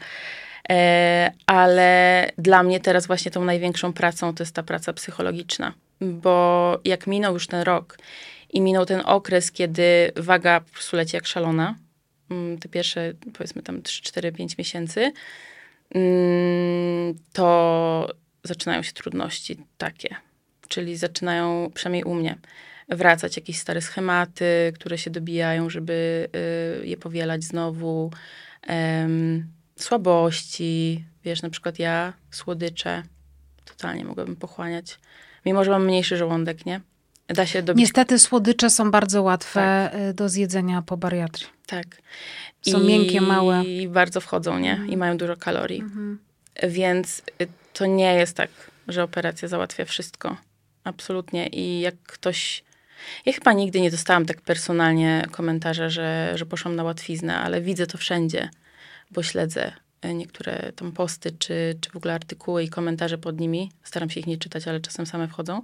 Speaker 2: Ale dla mnie teraz właśnie tą największą pracą to jest ta praca psychologiczna. Bo jak minął już ten rok i minął ten okres, kiedy waga po prostu leci jak szalona, te pierwsze, powiedzmy tam 3, 4, 5 miesięcy, to zaczynają się trudności takie. Czyli zaczynają, przynajmniej u mnie, wracać jakieś stare schematy, które się dobijają, żeby je powielać znowu. Słabości. Wiesz, na przykład ja słodycze totalnie mogłabym pochłaniać. Mimo, że mam mniejszy żołądek, nie? Da się dobić.
Speaker 1: Niestety słodycze są bardzo łatwe do zjedzenia po bariatrii.
Speaker 2: Tak.
Speaker 1: Są miękkie, małe.
Speaker 2: I bardzo wchodzą, nie? I mają dużo kalorii. Więc to nie jest tak, że operacja załatwia wszystko. Absolutnie. I jak ktoś... Ja chyba nigdy nie dostałam tak personalnie komentarza, że poszłam na łatwiznę, ale widzę to wszędzie, bo śledzę niektóre tam posty, czy w ogóle artykuły i komentarze pod nimi. Staram się ich nie czytać, ale czasem same wchodzą.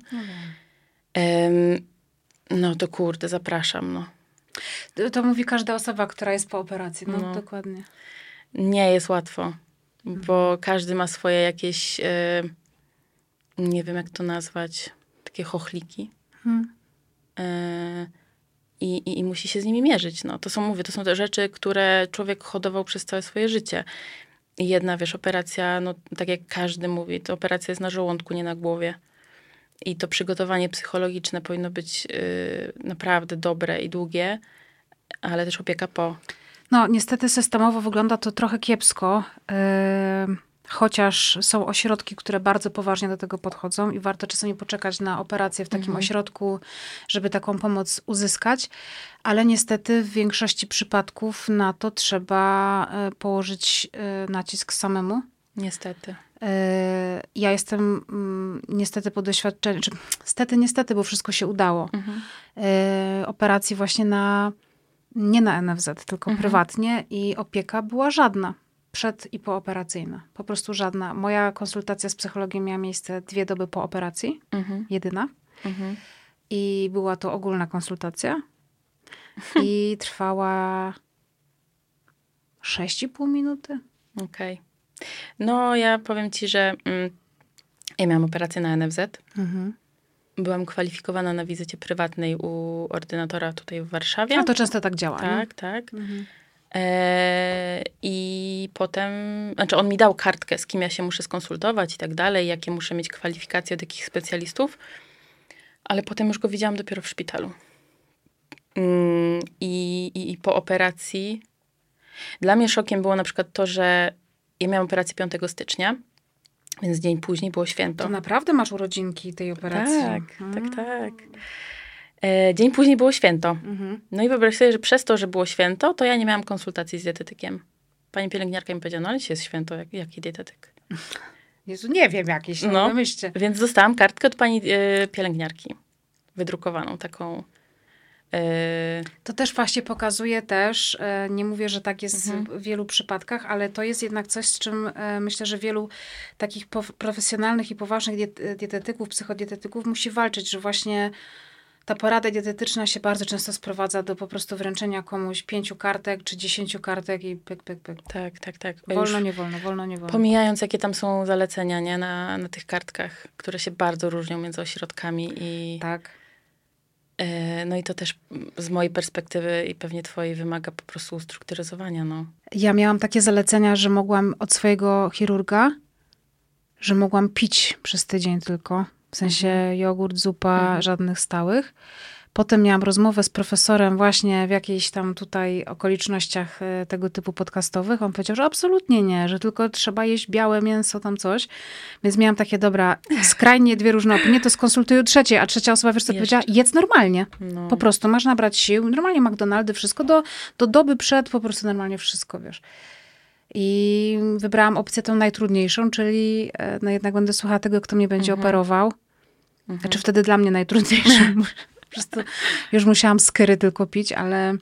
Speaker 2: No to kurde, zapraszam, no.
Speaker 1: To mówi każda osoba, która jest po operacji. No. Dokładnie.
Speaker 2: Nie jest łatwo, bo każdy ma swoje jakieś, nie wiem jak to nazwać, takie chochliki. I musi się z nimi mierzyć. No. To są te rzeczy, które człowiek hodował przez całe swoje życie. I jedna, wiesz, operacja, no tak jak każdy mówi, to operacja jest na żołądku, nie na głowie. I to przygotowanie psychologiczne powinno być naprawdę dobre i długie, ale też opieka po.
Speaker 1: No, niestety systemowo wygląda to trochę kiepsko, chociaż są ośrodki, które bardzo poważnie do tego podchodzą i warto czasami poczekać na operację w takim ośrodku, żeby taką pomoc uzyskać, ale niestety w większości przypadków na to trzeba położyć nacisk samemu.
Speaker 2: Niestety.
Speaker 1: Ja jestem niestety po doświadczeniu, niestety, bo wszystko się udało. Operacji właśnie nie na NFZ, tylko prywatnie i opieka była żadna. Przed i pooperacyjna. Po prostu żadna. Moja konsultacja z psychologiem miała miejsce 2 doby po operacji. Jedyna. I była to ogólna konsultacja. I trwała 6,5 minuty.
Speaker 2: Okej. No, ja powiem ci, że ja miałam operację na NFZ. Byłam kwalifikowana na wizycie prywatnej u ordynatora tutaj w Warszawie.
Speaker 1: A to często tak działa.
Speaker 2: Tak, tak. I potem, znaczy on mi dał kartkę, z kim ja się muszę skonsultować i tak dalej, jakie muszę mieć kwalifikacje, od jakich specjalistów, ale potem już go widziałam dopiero w szpitalu. I po operacji dla mnie szokiem było na przykład to, że ja miałam operację 5 stycznia, więc dzień później było święto.
Speaker 1: To naprawdę masz urodzinki tej operacji?
Speaker 2: Tak. Dzień później było święto. No i wyobraź sobie, że przez to, że było święto, to ja nie miałam konsultacji z dietetykiem. Pani pielęgniarka mi powiedziała, no ale dzisiaj jest święto, jaki dietetyk?
Speaker 1: Jezu, nie wiem jakiś, wymyślcie.
Speaker 2: Więc dostałam kartkę od pani pielęgniarki. Wydrukowaną taką.
Speaker 1: To też właśnie pokazuje też, nie mówię, że tak jest w wielu przypadkach, ale to jest jednak coś, z czym myślę, że wielu takich profesjonalnych i poważnych dietetyków, psychodietetyków musi walczyć, że właśnie ta porada dietetyczna się bardzo często sprowadza do po prostu wręczenia komuś 5 kartek czy 10 kartek i pyk.
Speaker 2: Tak.
Speaker 1: Wolno, nie wolno.
Speaker 2: Pomijając, jakie tam są zalecenia, nie? Na tych kartkach, które się bardzo różnią między ośrodkami i...
Speaker 1: Tak.
Speaker 2: No i to też z mojej perspektywy i pewnie twojej wymaga po prostu ustrukturyzowania, no.
Speaker 1: Ja miałam takie zalecenia, że mogłam od swojego chirurga, że mogłam pić przez tydzień tylko. W sensie jogurt, zupa, żadnych stałych. Potem miałam rozmowę z profesorem właśnie w jakichś tam tutaj okolicznościach tego typu podcastowych. On powiedział, że absolutnie nie, że tylko trzeba jeść białe mięso, tam coś. Więc miałam takie, dobra, skrajnie 2 różne opinie, to skonsultuję trzeciej. A trzecia osoba, wiesz co powiedziała? Jedz normalnie. No. Po prostu masz nabrać sił. Normalnie McDonaldy, wszystko do doby przed, po prostu normalnie wszystko, wiesz. I wybrałam opcję tą najtrudniejszą, czyli no jednak będę słuchała tego, kto mnie będzie operował. Znaczy wtedy dla mnie najtrudniejszą. Po prostu już musiałam skyry tylko pić, ale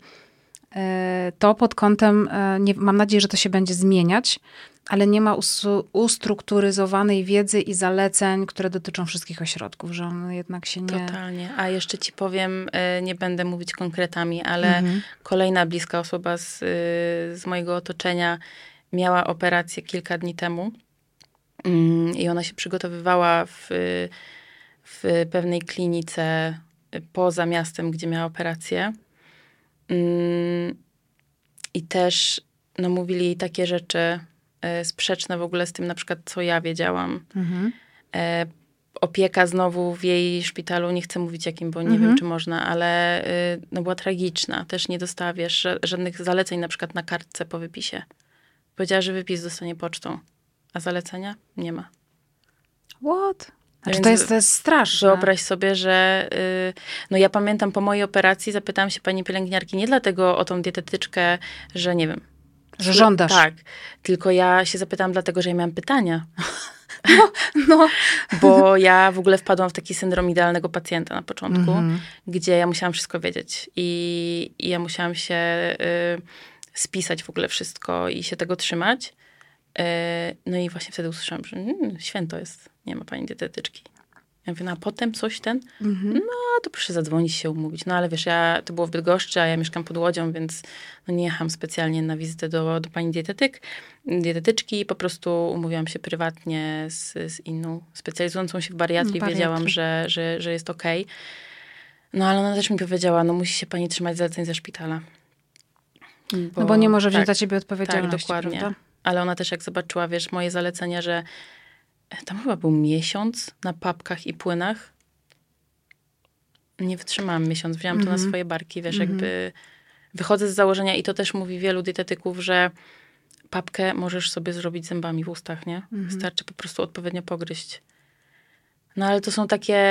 Speaker 1: to pod kątem, mam nadzieję, że to się będzie zmieniać, ale nie ma ustrukturyzowanej wiedzy i zaleceń, które dotyczą wszystkich ośrodków, że on jednak się nie...
Speaker 2: Totalnie. A jeszcze ci powiem, nie będę mówić konkretami, ale kolejna bliska osoba z mojego otoczenia miała operację kilka dni temu i ona się przygotowywała w pewnej klinice poza miastem, gdzie miała operację. I też mówili jej takie rzeczy sprzeczne w ogóle z tym, na przykład, co ja wiedziałam. Opieka znowu w jej szpitalu, nie chcę mówić jakim, bo nie wiem, czy można, ale była tragiczna. Też nie dostała, wiesz, żadnych zaleceń, na przykład na kartce po wypisie. Powiedziała, że wypis dostanie pocztą, a zalecenia nie ma.
Speaker 1: What? Znaczy to jest straszne.
Speaker 2: Wyobraź sobie, że ja pamiętam po mojej operacji zapytałam się pani pielęgniarki nie dlatego o tą dietetyczkę, że nie wiem.
Speaker 1: Że żądasz.
Speaker 2: Tak. Tylko ja się zapytałam dlatego, że ja miałam pytania.
Speaker 1: No.
Speaker 2: Bo ja w ogóle wpadłam w taki syndrom idealnego pacjenta na początku, gdzie ja musiałam wszystko wiedzieć. I ja musiałam się spisać w ogóle wszystko i się tego trzymać. No i właśnie wtedy usłyszałam, że święto jest, nie ma pani dietetyczki. Ja mówię, no a potem coś no to proszę zadzwonić się, umówić. No ale wiesz, to było w Bydgoszczy, a ja mieszkam pod Łodzią, więc nie jechałam specjalnie na wizytę do pani dietetyczki. Po prostu umówiłam się prywatnie z inną specjalizującą się w bariatrii. Wiedziałam, że jest okej. No ale ona też mi powiedziała, no musi się pani trzymać zaleceń ze szpitala.
Speaker 1: Bo nie może wziąć za ciebie odpowiedzialności,
Speaker 2: tak, dokładnie.
Speaker 1: prawda?
Speaker 2: Ale ona też jak zobaczyła, wiesz, moje zalecenia, że tam chyba był miesiąc na papkach i płynach. Nie wytrzymałam miesiąc. Wzięłam to na swoje barki, wiesz, jakby wychodzę z założenia i to też mówi wielu dietetyków, że papkę możesz sobie zrobić zębami w ustach, nie? Wystarczy po prostu odpowiednio pogryźć. No ale to są takie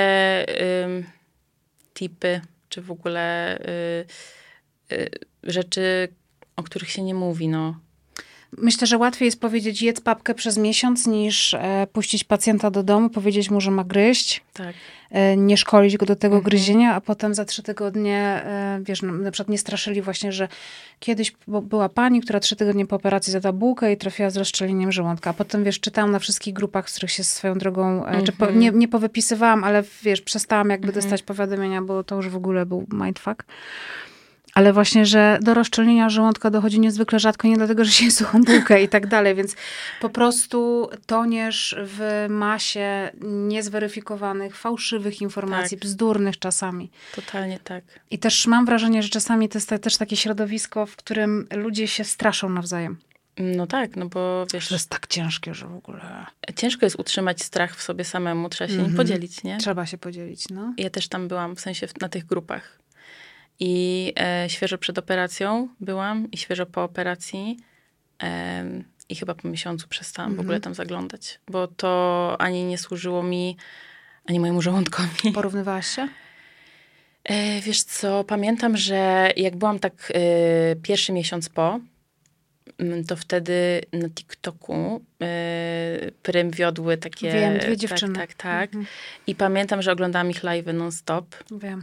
Speaker 2: tipy, czy w ogóle rzeczy, o których się nie mówi, no.
Speaker 1: Myślę, że łatwiej jest powiedzieć jedz papkę przez miesiąc, niż puścić pacjenta do domu, powiedzieć mu, że ma gryźć,
Speaker 2: Tak.
Speaker 1: Nie szkolić go do tego gryzienia, a potem za 3 tygodnie, wiesz, na przykład nie straszyli właśnie, że kiedyś była pani, która 3 tygodnie po operacji zjadła bułkę i trafiła z rozszczeleniem żołądka. A potem, wiesz, czytałam na wszystkich grupach, z których się swoją drogą, nie powypisywałam, ale wiesz, przestałam jakby dostać powiadomienia, bo to już w ogóle był mindfuck. Ale właśnie, że do rozszczelnienia żołądka dochodzi niezwykle rzadko, nie dlatego, że się je suchą bułkę i tak dalej, więc po prostu toniesz w masie niezweryfikowanych, fałszywych informacji, bzdurnych czasami.
Speaker 2: Totalnie tak.
Speaker 1: I też mam wrażenie, że czasami to jest też takie środowisko, w którym ludzie się straszą nawzajem.
Speaker 2: No tak, no bo wiesz...
Speaker 1: To jest tak ciężkie, że w ogóle...
Speaker 2: Ciężko jest utrzymać strach w sobie samemu, trzeba się nim podzielić, nie?
Speaker 1: Trzeba się podzielić, no. Ja
Speaker 2: też tam byłam, w sensie na tych grupach. I świeżo przed operacją byłam i świeżo po operacji i chyba po miesiącu przestałam w ogóle tam zaglądać, bo to ani nie służyło mi, ani mojemu żołądkowi.
Speaker 1: Porównywałaś się?
Speaker 2: Wiesz co, pamiętam, że jak byłam tak pierwszy miesiąc po, to wtedy na TikToku prym wiodły takie...
Speaker 1: Wiem, 2 dziewczyny.
Speaker 2: Tak. I pamiętam, że oglądałam ich live'y non-stop.
Speaker 1: Wiem.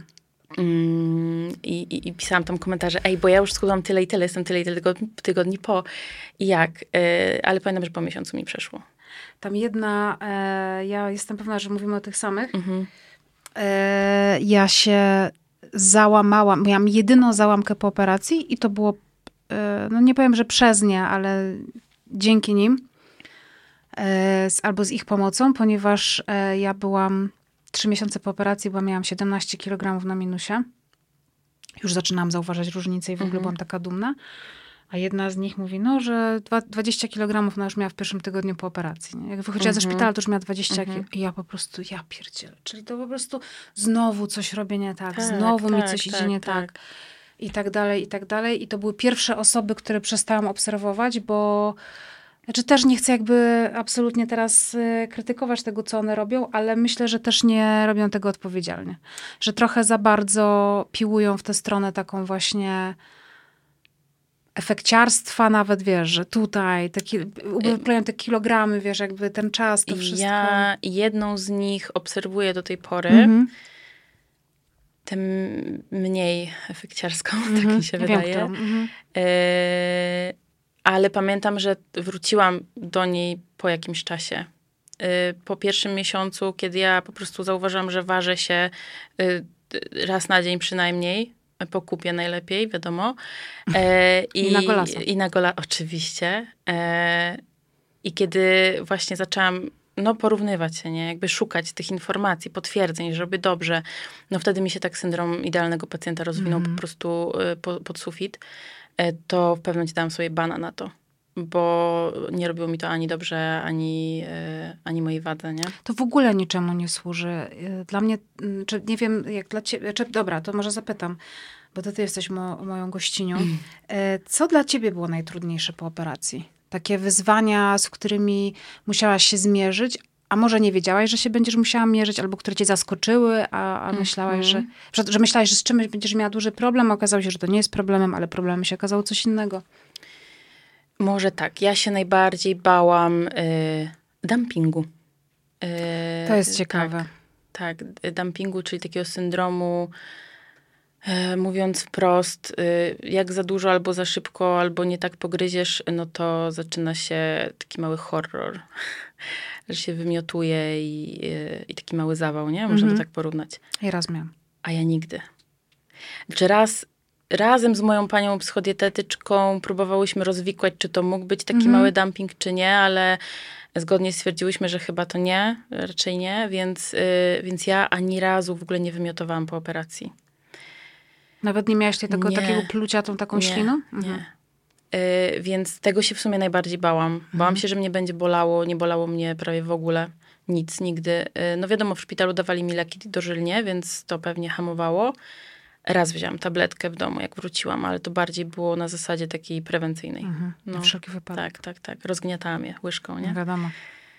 Speaker 2: I pisałam tam komentarze, bo ja już schudłam tyle i tyle, jestem tyle i tyle tygodni po. I jak? Ale pamiętam, że po miesiącu mi przeszło.
Speaker 1: Tam jedna, ja jestem pewna, że mówimy o tych samych. Ja się załamałam, miałam jedyną załamkę po operacji i to było, no nie powiem, że przez nie, ale dzięki nim albo z ich pomocą, ponieważ ja byłam 3 miesiące po operacji, bo miałam 17 kg na minusie. Już zaczynałam zauważać różnicę i w ogóle byłam taka dumna. A jedna z nich mówi, no, że 20 kg ona już miała w pierwszym tygodniu po operacji. Nie? Jak wychodziła ze szpitala, to już miała 20 kg. I ja po prostu, ja pierdzielę. Czyli to po prostu znowu coś robię nie tak. Znowu mi coś idzie nie tak. I tak dalej, i tak dalej. I to były pierwsze osoby, które przestałam obserwować, bo... Znaczy też nie chcę jakby absolutnie teraz krytykować tego, co one robią, ale myślę, że też nie robią tego odpowiedzialnie. Że trochę za bardzo piłują w tę stronę taką właśnie efekciarstwa nawet, wiesz, że tutaj uprawiają te kilogramy, wiesz, jakby ten czas, to wszystko.
Speaker 2: Ja jedną z nich obserwuję do tej pory, tę mniej efekciarską, tak mi się wydaje. Ale pamiętam, że wróciłam do niej po jakimś czasie. Po pierwszym miesiącu, kiedy ja po prostu zauważyłam, że ważę się raz na dzień przynajmniej, po kupie najlepiej, wiadomo.
Speaker 1: I na golasa.
Speaker 2: I na golasa, oczywiście. I kiedy właśnie zaczęłam porównywać się, nie? Jakby szukać tych informacji, potwierdzeń, że robię dobrze. No wtedy mi się tak syndrom idealnego pacjenta rozwinął po prostu pod sufit. To w pewnym momencie dałam sobie bana na to, bo nie robiło mi to ani dobrze, ani mojej wadze, nie?
Speaker 1: To w ogóle niczemu nie służy. Dla mnie, czy nie wiem, jak dla ciebie, dobra, to może zapytam, bo ty jesteś moją gościnią. Co dla ciebie było najtrudniejsze po operacji? Takie wyzwania, z którymi musiałaś się zmierzyć, a może nie wiedziałaś, że się będziesz musiała mierzyć, albo które cię zaskoczyły, a myślałaś, że myślałaś, że z czymś będziesz miała duży problem, a okazało się, że to nie jest problemem, ale problemem się okazało coś innego.
Speaker 2: Może tak. Ja się najbardziej bałam dumpingu.
Speaker 1: To jest ciekawe.
Speaker 2: Tak, dumpingu, czyli takiego syndromu, mówiąc wprost, jak za dużo albo za szybko, albo nie tak pogryziesz, no to zaczyna się taki mały horror, że się wymiotuje i taki mały zawał, nie? Można to tak porównać.
Speaker 1: Ja raz miałam.
Speaker 2: A ja nigdy. Czy razem z moją panią psychodietetyczką próbowałyśmy rozwikłać, czy to mógł być taki mały dumping, czy nie, ale zgodnie stwierdziłyśmy, że chyba to nie, raczej nie, więc ja ani razu w ogóle nie wymiotowałam po operacji.
Speaker 1: Nawet nie miałaś takiego plucia tą taką śliną?
Speaker 2: Nie. Więc tego się w sumie najbardziej bałam. Bałam się, że mnie będzie bolało. Nie bolało mnie prawie w ogóle. Nic, nigdy. No wiadomo, w szpitalu dawali mi leki dożylnie, więc to pewnie hamowało. Raz wzięłam tabletkę w domu, jak wróciłam, ale to bardziej było na zasadzie takiej prewencyjnej.
Speaker 1: Na wszelki wypadek.
Speaker 2: Tak. Rozgniatałam je łyżką, nie?
Speaker 1: No wiadomo.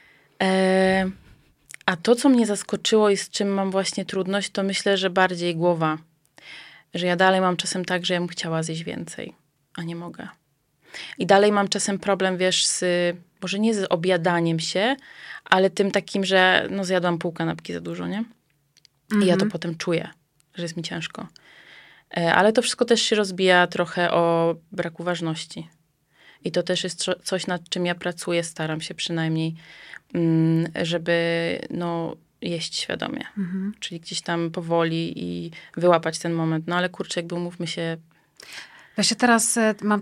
Speaker 2: A to, co mnie zaskoczyło i z czym mam właśnie trudność, to myślę, że bardziej głowa. Że ja dalej mam czasem tak, że ja bym chciała zjeść więcej, a nie mogę. I dalej mam czasem problem, wiesz, może nie z objadaniem się, ale tym takim, że no zjadłam pół kanapki za dużo, nie? I ja to potem czuję, że jest mi ciężko. Ale to wszystko też się rozbija trochę o braku ważności. I to też jest coś, nad czym ja pracuję, staram się przynajmniej, żeby no, jeść świadomie. Czyli gdzieś tam powoli i wyłapać ten moment. No ale kurczę, jakby umówmy się...
Speaker 1: Właśnie teraz mam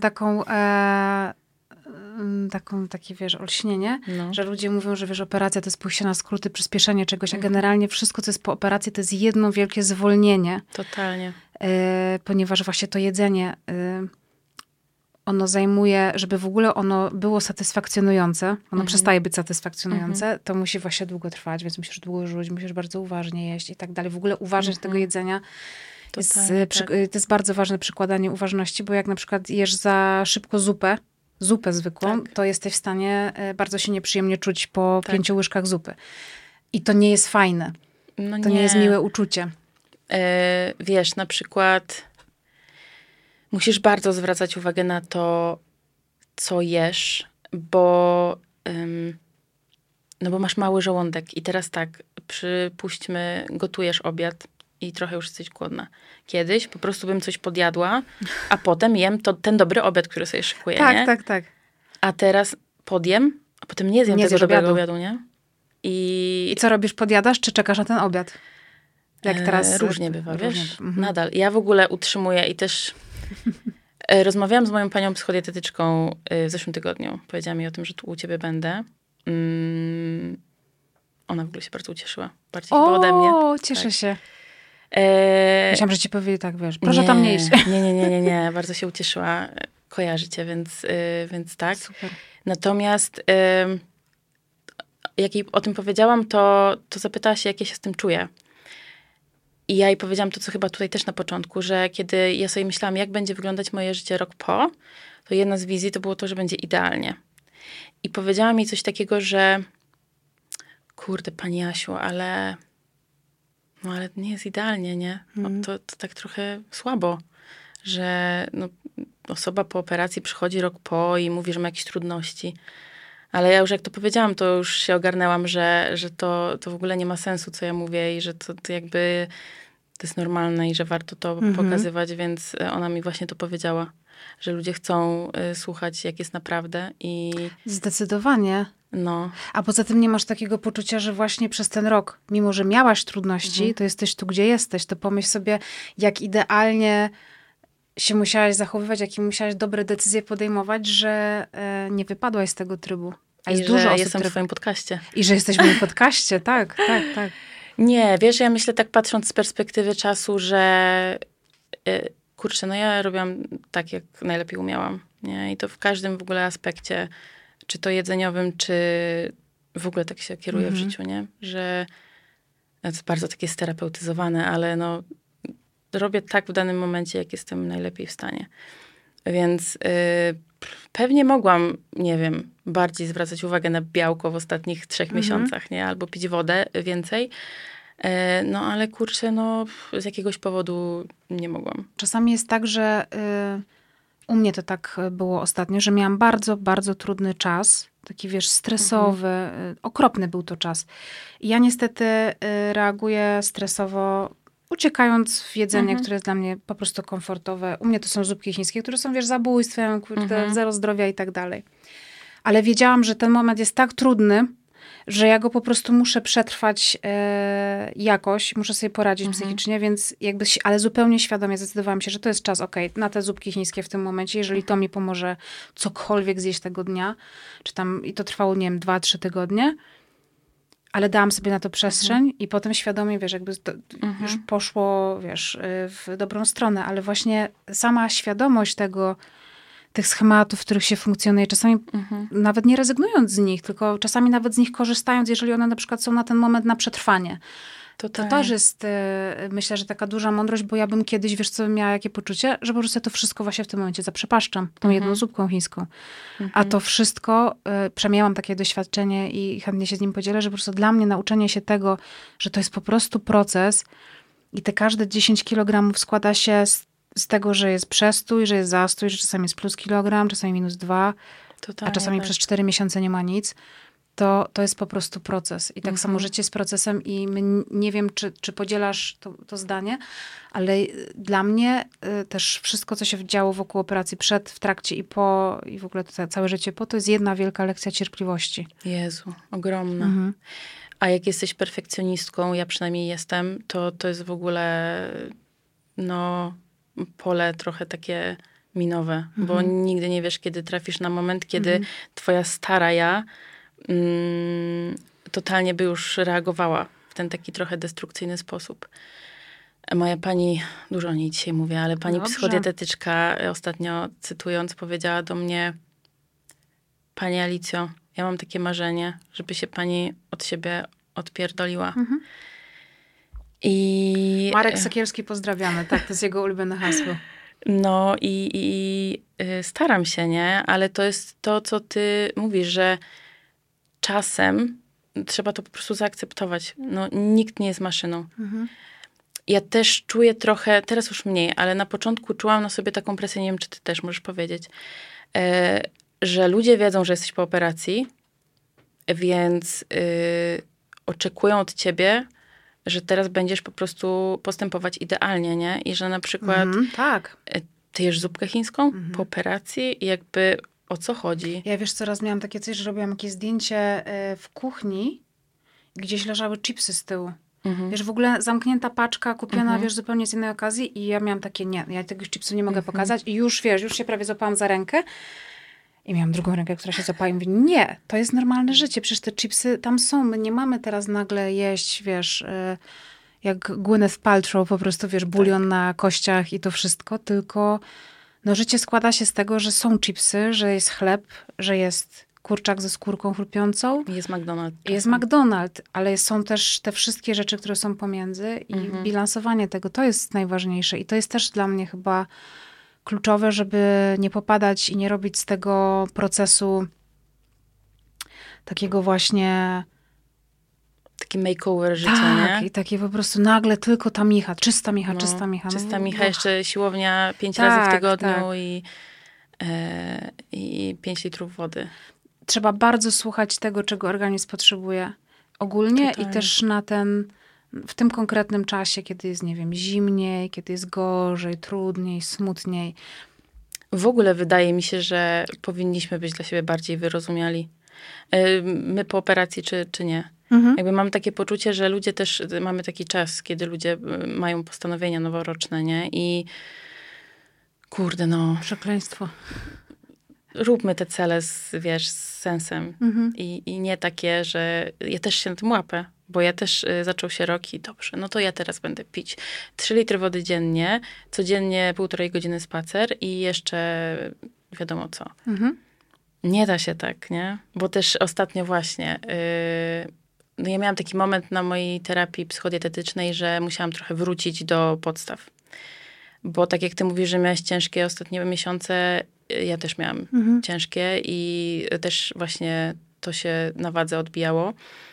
Speaker 1: takie, wiesz, olśnienie, że ludzie mówią, że wiesz, operacja to jest pójście na skróty, przyspieszenie czegoś, a generalnie wszystko, co jest po operacji, to jest jedno wielkie zwolnienie.
Speaker 2: Totalnie.
Speaker 1: Ponieważ właśnie to jedzenie, ono zajmuje, żeby w ogóle ono było satysfakcjonujące, ono przestaje być satysfakcjonujące, to musi właśnie długo trwać, więc musisz długo żuć, musisz bardzo uważnie jeść i tak dalej. W ogóle uważać tego jedzenia. To jest bardzo ważne przykładanie uważności, bo jak na przykład jesz za szybko zupę zwykłą, to jesteś w stanie bardzo się nieprzyjemnie czuć po 5 łyżkach zupy. I to nie jest fajne.
Speaker 2: No
Speaker 1: to nie jest miłe uczucie.
Speaker 2: Wiesz, na przykład musisz bardzo zwracać uwagę na to, co jesz, bo masz mały żołądek. I teraz tak, przypuśćmy, gotujesz obiad i trochę już jesteś głodna. Kiedyś po prostu bym coś podjadła, a potem jem ten dobry obiad, który sobie szykuję, nie?
Speaker 1: Tak.
Speaker 2: A teraz podjem, a potem nie zjem tego dobrego obiadu, nie? I
Speaker 1: co robisz? Podjadasz, czy czekasz na ten obiad? Jak teraz?
Speaker 2: Różnie bywa, wiesz? Nadal. Ja w ogóle utrzymuję i też rozmawiałam z moją panią psychodietetyczką w zeszłym tygodniu. Powiedziała mi o tym, że tu u ciebie będę. Ona w ogóle się bardzo ucieszyła. Bardziej chyba ode mnie.
Speaker 1: O, cieszę się. Myślałam, że ci powiedzieli tak, wiesz, proszę tam nie iść.
Speaker 2: Nie. Bardzo się ucieszyła. Kojarzy cię, więc tak.
Speaker 1: Super.
Speaker 2: Natomiast jak jej o tym powiedziałam, to zapytała się, jak ja się z tym czuję. I ja jej powiedziałam to, co chyba tutaj też na początku, że kiedy ja sobie myślałam, jak będzie wyglądać moje życie rok po, to jedna z wizji to było to, że będzie idealnie. I powiedziała mi coś takiego, że kurde, pani Jasiu, ale nie jest idealnie, nie? To tak trochę słabo, że osoba po operacji przychodzi rok po i mówi, że ma jakieś trudności. Ale ja już jak to powiedziałam, to już się ogarnęłam, że to w ogóle nie ma sensu, co ja mówię i że to jakby to jest normalne i że warto to pokazywać, więc ona mi właśnie to powiedziała, że ludzie chcą słuchać, jak jest naprawdę i...
Speaker 1: Zdecydowanie.
Speaker 2: No.
Speaker 1: A poza tym nie masz takiego poczucia, że właśnie przez ten rok, mimo że miałaś trudności, to jesteś tu, gdzie jesteś, to pomyśl sobie, jak idealnie się musiałaś zachowywać, jakie musiałaś dobre decyzje podejmować, że nie wypadłaś z tego trybu. A jest dużo osób,
Speaker 2: jestem w swoim podcaście.
Speaker 1: I że jesteś w moim podcaście, tak.
Speaker 2: Nie, wiesz, ja myślę tak patrząc z perspektywy czasu, że kurczę, ja robiłam tak, jak najlepiej umiałam. Nie? I to w każdym w ogóle aspekcie, czy to jedzeniowym, czy w ogóle tak się kieruję w życiu, nie? Że to jest bardzo takie sterapeutyzowane, ale robię tak w danym momencie, jak jestem najlepiej w stanie. Więc pewnie mogłam, nie wiem, bardziej zwracać uwagę na białko w ostatnich 3 miesiącach, nie? Albo pić wodę więcej. Ale kurczę, z jakiegoś powodu nie mogłam.
Speaker 1: Czasami jest tak, że u mnie to tak było ostatnio, że miałam bardzo, bardzo trudny czas. Taki, wiesz, stresowy. Okropny był to czas. I ja niestety reaguję stresowo, uciekając w jedzenie, które jest dla mnie po prostu komfortowe. U mnie to są zupki chińskie, które są, wiesz, zabójstwem, zero zdrowia i tak dalej. Ale wiedziałam, że ten moment jest tak trudny, że ja go po prostu muszę przetrwać jakoś, muszę sobie poradzić psychicznie, więc ale zupełnie świadomie zdecydowałam się, że to jest czas, na te zupki chińskie w tym momencie, jeżeli to mi pomoże cokolwiek zjeść tego dnia, czy tam, i to trwało, nie wiem, 2-3 tygodnie, ale dałam sobie na to przestrzeń i potem świadomie, wiesz, jakby to już poszło, wiesz, w dobrą stronę, ale właśnie sama świadomość tych schematów, w których się funkcjonuje, czasami nawet nie rezygnując z nich, tylko czasami nawet z nich korzystając, jeżeli one na przykład są na ten moment na przetrwanie. To też jest, myślę, że taka duża mądrość, bo ja bym kiedyś, wiesz co, miała jakie poczucie, że po prostu ja to wszystko właśnie w tym momencie zaprzepaszczam, tą jedną zupką chińską. A to wszystko, przemiałam takie doświadczenie i chętnie się z nim podzielę, że po prostu dla mnie nauczenie się tego, że to jest po prostu proces i te każde 10 kilogramów składa się z z tego, że jest przestój, że jest zastój, że czasami jest plus kilogram, czasami -2,
Speaker 2: Totalnie
Speaker 1: a czasami
Speaker 2: tak.
Speaker 1: przez 4 miesiące nie ma nic, to jest po prostu proces. I tak samo życie jest procesem i nie wiem, czy podzielasz to zdanie, ale dla mnie też wszystko, co się działo wokół operacji przed, w trakcie i po, i w ogóle całe życie po, to jest jedna wielka lekcja cierpliwości.
Speaker 2: Jezu, ogromna. A jak jesteś perfekcjonistką, ja przynajmniej jestem, to jest w ogóle pole trochę takie minowe, bo nigdy nie wiesz, kiedy trafisz na moment, kiedy twoja stara ja totalnie by już reagowała w ten taki trochę destrukcyjny sposób. Moja pani, dużo o niej dzisiaj mówię, ale pani psychodietetyczka ostatnio cytując powiedziała do mnie: Pani Alicjo, ja mam takie marzenie, żeby się pani od siebie odpierdoliła. I
Speaker 1: Marek Sekielski pozdrawiamy, tak, to jest jego ulubione hasło.
Speaker 2: No i staram się, nie? Ale to jest to, co ty mówisz, że czasem trzeba to po prostu zaakceptować. No, nikt nie jest maszyną. Ja też czuję trochę, teraz już mniej, ale na początku czułam na sobie taką presję, nie wiem, czy ty też możesz powiedzieć, że ludzie wiedzą, że jesteś po operacji, więc oczekują od ciebie, że teraz będziesz po prostu postępować idealnie, nie? I że na przykład
Speaker 1: tak.
Speaker 2: Ty jesz zupkę chińską po operacji i jakby o co chodzi?
Speaker 1: Ja wiesz, coraz miałam takie coś, że robiłam jakieś zdjęcie w kuchni, gdzieś leżały chipsy z tyłu. Wiesz, w ogóle zamknięta paczka, kupiona, wiesz, zupełnie z innej okazji i ja miałam takie, nie, ja tego chipsu nie mogę pokazać i już, wiesz, już się prawie złapałam za rękę i miałam drugą rękę, która się złapała i mówi, nie, to jest normalne życie, przecież te chipsy tam są, my nie mamy teraz nagle jeść, wiesz, jak Gwyneth Paltrow, po prostu, wiesz, bulion na kościach i to wszystko, tylko no życie składa się z tego, że są chipsy, że jest chleb, że jest kurczak ze skórką chrupiącą.
Speaker 2: Jest McDonald's.
Speaker 1: Jest McDonald's, ale są też te wszystkie rzeczy, które są pomiędzy i bilansowanie tego, to jest najważniejsze. I to jest też dla mnie chyba kluczowe, żeby nie popadać i nie robić z tego procesu takiego właśnie...
Speaker 2: Taki makeover życia,
Speaker 1: tak,
Speaker 2: nie?
Speaker 1: i takie po prostu nagle tylko ta micha, czysta micha, czysta micha.
Speaker 2: Czysta micha, jeszcze siłownia 5 razy w tygodniu i 5 litrów wody. Trzeba
Speaker 1: bardzo słuchać tego, czego organizm potrzebuje ogólnie i też w tym konkretnym czasie, kiedy jest, nie wiem, zimniej, kiedy jest gorzej, trudniej, smutniej.
Speaker 2: W ogóle wydaje mi się, że powinniśmy być dla siebie bardziej wyrozumiali. My po operacji, czy nie. Jakby mam takie poczucie, że ludzie też, mamy taki czas, kiedy ludzie mają postanowienia noworoczne, nie? I kurde, no.
Speaker 1: Przekleństwo.
Speaker 2: Róbmy te cele z sensem. I nie takie, że ja też się na tym łapę, bo ja też zaczął się rok i dobrze, no to ja teraz będę pić 3 litry wody dziennie, codziennie 1,5 godziny spacer i jeszcze wiadomo co. Nie da się tak, nie? Bo też ostatnio właśnie no ja miałam taki moment na mojej terapii psychodietetycznej, że musiałam trochę wrócić do podstaw. Bo tak jak ty mówisz, że miałaś ciężkie ostatnie miesiące, ja też miałam ciężkie i też właśnie to się na wadze odbijało.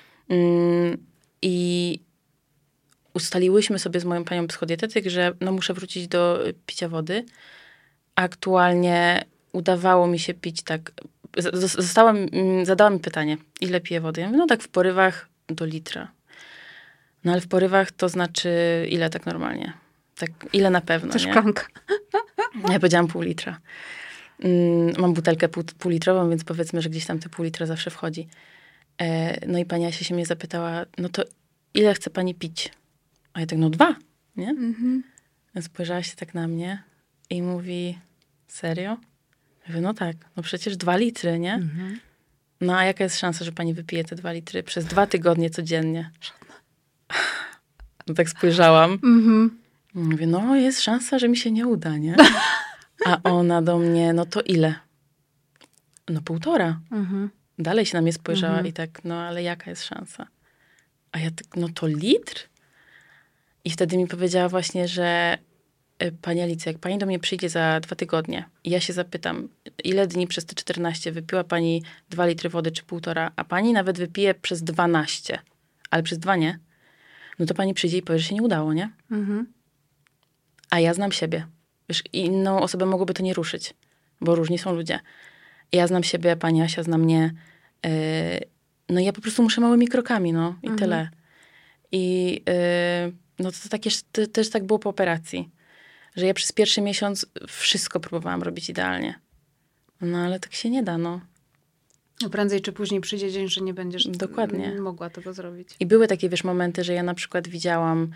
Speaker 2: I ustaliłyśmy sobie z moją panią psychodietetyk, że no muszę wrócić do picia wody. Aktualnie udawało mi się pić tak... Zadała mi pytanie, ile piję wody? Ja mówię, no tak w porywach do litra. No ale w porywach to znaczy ile tak normalnie? Tak, ile na pewno,
Speaker 1: to szklanka.
Speaker 2: Ja powiedziałam 0,5 litra. Mam butelkę półlitrową, więc powiedzmy, że gdzieś tam te 0,5 litra zawsze wchodzi. No i pani Asia się mnie zapytała, no to ile chce pani pić? A ja tak, no 2, nie? Spojrzała się tak na mnie i mówi, serio? Ja mówię, no tak, no przecież 2 litry, nie? No a jaka jest szansa, że pani wypije te 2 litry przez 2 tygodnie codziennie? Żadna. No tak spojrzałam. Mówię, no jest szansa, że mi się nie uda, nie? A ona do mnie, no to ile? No 1,5. Dalej się na mnie spojrzała i tak, no ale jaka jest szansa? A ja tak, no to litr? I wtedy mi powiedziała właśnie, że pani Alicja, jak pani do mnie przyjdzie za 2 tygodnie i ja się zapytam, ile dni przez te 14 wypiła pani 2 litry wody czy 1,5, a pani nawet wypije przez 12, ale przez 2 nie, no to pani przyjdzie i powie, że się nie udało, nie? A ja znam siebie. Wiesz, inną osobę mogłoby to nie ruszyć, bo różni są ludzie. Ja znam siebie, pani Asia zna mnie. No ja po prostu muszę małymi krokami, no i tyle. I no to też tak było po operacji, że ja przez pierwszy miesiąc wszystko próbowałam robić idealnie. No ale tak się nie da, no.
Speaker 1: No prędzej czy później przyjdzie dzień, że nie będziesz
Speaker 2: Dokładnie
Speaker 1: mogła tego zrobić.
Speaker 2: I były takie, wiesz, momenty, że ja na przykład widziałam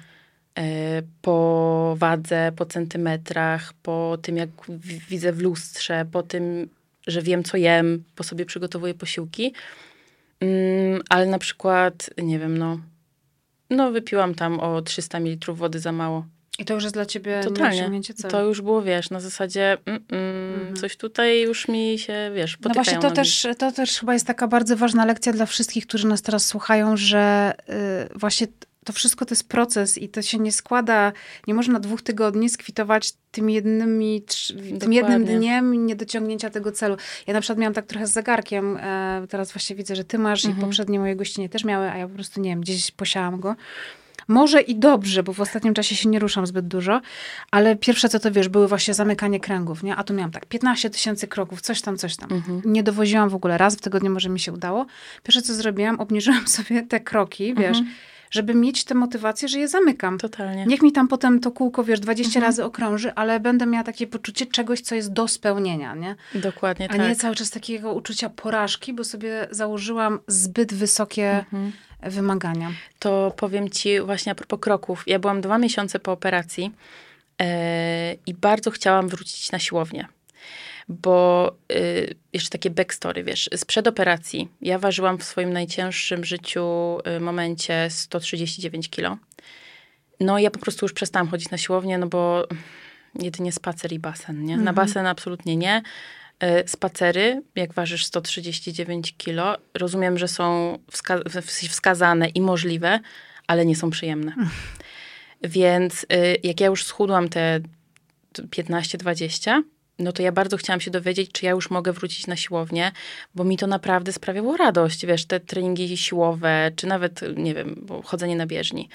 Speaker 2: po wadze, po centymetrach, po tym, jak widzę w lustrze, po tym, że wiem, co jem, po sobie przygotowuję posiłki. Ale na przykład, nie wiem, no wypiłam tam o 300 ml wody za mało.
Speaker 1: I to już jest dla ciebie
Speaker 2: totalnie celu. To już było, wiesz, na zasadzie coś tutaj już mi się, wiesz, potykają.
Speaker 1: No właśnie to też chyba jest taka bardzo ważna lekcja dla wszystkich, którzy nas teraz słuchają, że właśnie to wszystko to jest proces i to się nie składa, nie można 2 tygodni skwitować tym jednym dniem niedociągnięcia tego celu. Ja na przykład miałam tak trochę z zegarkiem, teraz właśnie widzę, że ty masz i poprzednie moje gościnie też miały, a ja po prostu, nie wiem, gdzieś posiałam go. Może i dobrze, bo w ostatnim czasie się nie ruszam zbyt dużo, ale pierwsze co to wiesz, były właśnie zamykanie kręgów, nie? A tu miałam tak 15 000 kroków, coś tam. Nie dowoziłam w ogóle, raz w tygodniu może mi się udało. Pierwsze co zrobiłam, obniżyłam sobie te kroki, wiesz, żeby mieć tę motywację, że je zamykam.
Speaker 2: Totalnie.
Speaker 1: Niech mi tam potem to kółko, wiesz, 20 razy okrąży, ale będę miała takie poczucie czegoś, co jest do spełnienia, nie?
Speaker 2: Dokładnie,
Speaker 1: A nie cały czas takiego uczucia porażki, bo sobie założyłam zbyt wysokie wymagania.
Speaker 2: To powiem ci właśnie a propos kroków. Ja byłam 2 miesiące po operacji i bardzo chciałam wrócić na siłownię. Bo jeszcze takie backstory, wiesz, sprzed operacji ja ważyłam w swoim najcięższym życiu momencie 139 kilo. No i ja po prostu już przestałam chodzić na siłownię, no bo jedynie spacer i basen, nie? Na basen absolutnie nie. Spacery, jak ważysz 139 kilo, rozumiem, że są wskazane i możliwe, ale nie są przyjemne. Więc jak ja już schudłam te 15-20, no to ja bardzo chciałam się dowiedzieć, czy ja już mogę wrócić na siłownię, bo mi to naprawdę sprawiało radość, wiesz, te treningi siłowe, czy nawet, nie wiem, chodzenie na bieżni.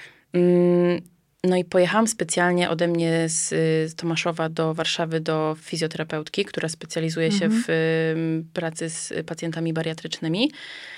Speaker 2: No i pojechałam specjalnie ode mnie z Tomaszowa do Warszawy do fizjoterapeutki, która specjalizuje się w pracy z pacjentami bariatrycznymi.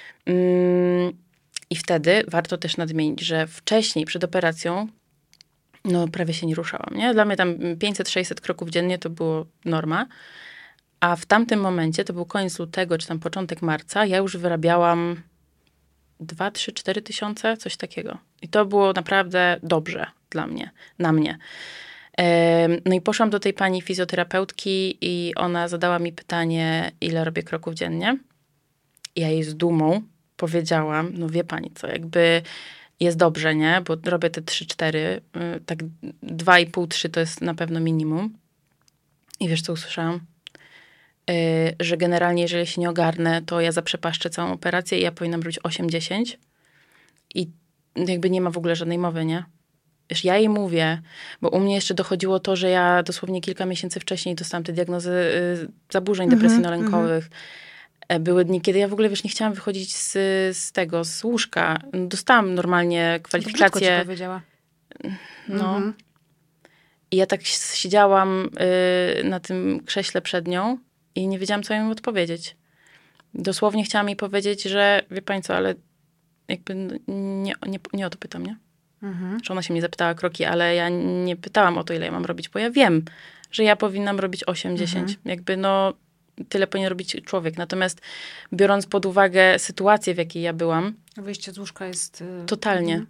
Speaker 2: I wtedy warto też nadmienić, że wcześniej, przed operacją, no prawie się nie ruszałam, nie? Dla mnie tam 500-600 kroków dziennie to było norma. A w tamtym momencie, to był koniec lutego, czy tam początek marca, ja już wyrabiałam 2, 3, 4 tysiące, coś takiego. I to było naprawdę dobrze dla mnie, na mnie. No i poszłam do tej pani fizjoterapeutki i ona zadała mi pytanie, ile robię kroków dziennie. I ja jej z dumą powiedziałam, no wie pani co, jakby jest dobrze, nie? Bo robię te 3-4, tak 2,5-3 to jest na pewno minimum. I wiesz co usłyszałam? Że generalnie jeżeli się nie ogarnę, to ja zaprzepaszczę całą operację i ja powinnam robić 8-10. I jakby nie ma w ogóle żadnej mowy, nie? Wiesz, ja jej mówię, bo u mnie jeszcze dochodziło to, że ja dosłownie kilka miesięcy wcześniej dostałam te diagnozy zaburzeń depresyjno-lękowych. Były dni, kiedy ja w ogóle, wiesz, nie chciałam wychodzić z łóżka. Dostałam normalnie kwalifikacje.
Speaker 1: To brzydko ci powiedziała.
Speaker 2: No. I ja tak siedziałam na tym krześle przed nią i nie wiedziałam, co jej odpowiedzieć. Dosłownie chciałam jej powiedzieć, że wie pani co, ale jakby nie o to pytam, nie? Że ona się mnie zapytała kroki, ale ja nie pytałam o to, ile ja mam robić, bo ja wiem, że ja powinnam robić 8-10. Jakby no tyle powinien robić człowiek. Natomiast biorąc pod uwagę sytuację, w jakiej ja byłam.
Speaker 1: Wyjście z łóżka jest...
Speaker 2: Totalnie.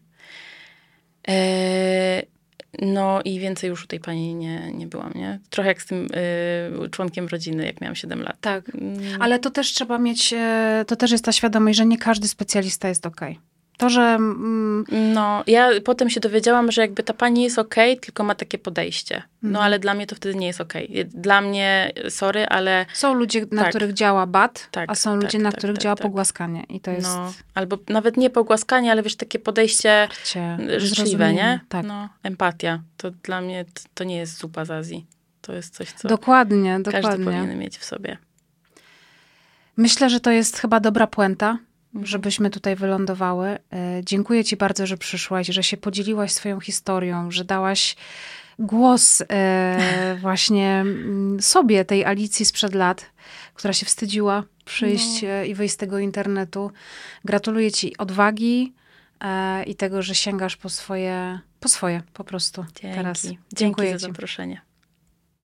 Speaker 2: No i więcej już u tej pani nie byłam, nie? Trochę jak z tym członkiem rodziny, jak miałam 7 lat.
Speaker 1: Tak, ale to też trzeba mieć, to też jest ta świadomość, że nie każdy specjalista jest okej. To, że...
Speaker 2: No, ja potem się dowiedziałam, że jakby ta pani jest okej, tylko ma takie podejście. No, ale dla mnie to wtedy nie jest okej. Dla mnie, sorry, ale...
Speaker 1: Są ludzie, na których działa bat,
Speaker 2: tak,
Speaker 1: a są ludzie, na których działa pogłaskanie. I to jest...
Speaker 2: No, albo nawet nie pogłaskanie, ale wiesz, takie podejście życzliwe, nie?
Speaker 1: Tak.
Speaker 2: No, empatia. To dla mnie to nie jest zupa z Azji. To jest coś, co
Speaker 1: dokładnie.
Speaker 2: każdy powinien mieć w sobie.
Speaker 1: Myślę, że to jest chyba dobra puenta, żebyśmy tutaj wylądowały. Dziękuję ci bardzo, że przyszłaś, że się podzieliłaś swoją historią, że dałaś głos właśnie sobie, tej Alicji sprzed lat, która się wstydziła przyjść i wyjść z tego internetu. Gratuluję ci odwagi i tego, że sięgasz po swoje po prostu
Speaker 2: Dzięki.
Speaker 1: teraz.
Speaker 2: Dzięki
Speaker 1: Dziękuję
Speaker 2: za
Speaker 1: ci.
Speaker 2: zaproszenie.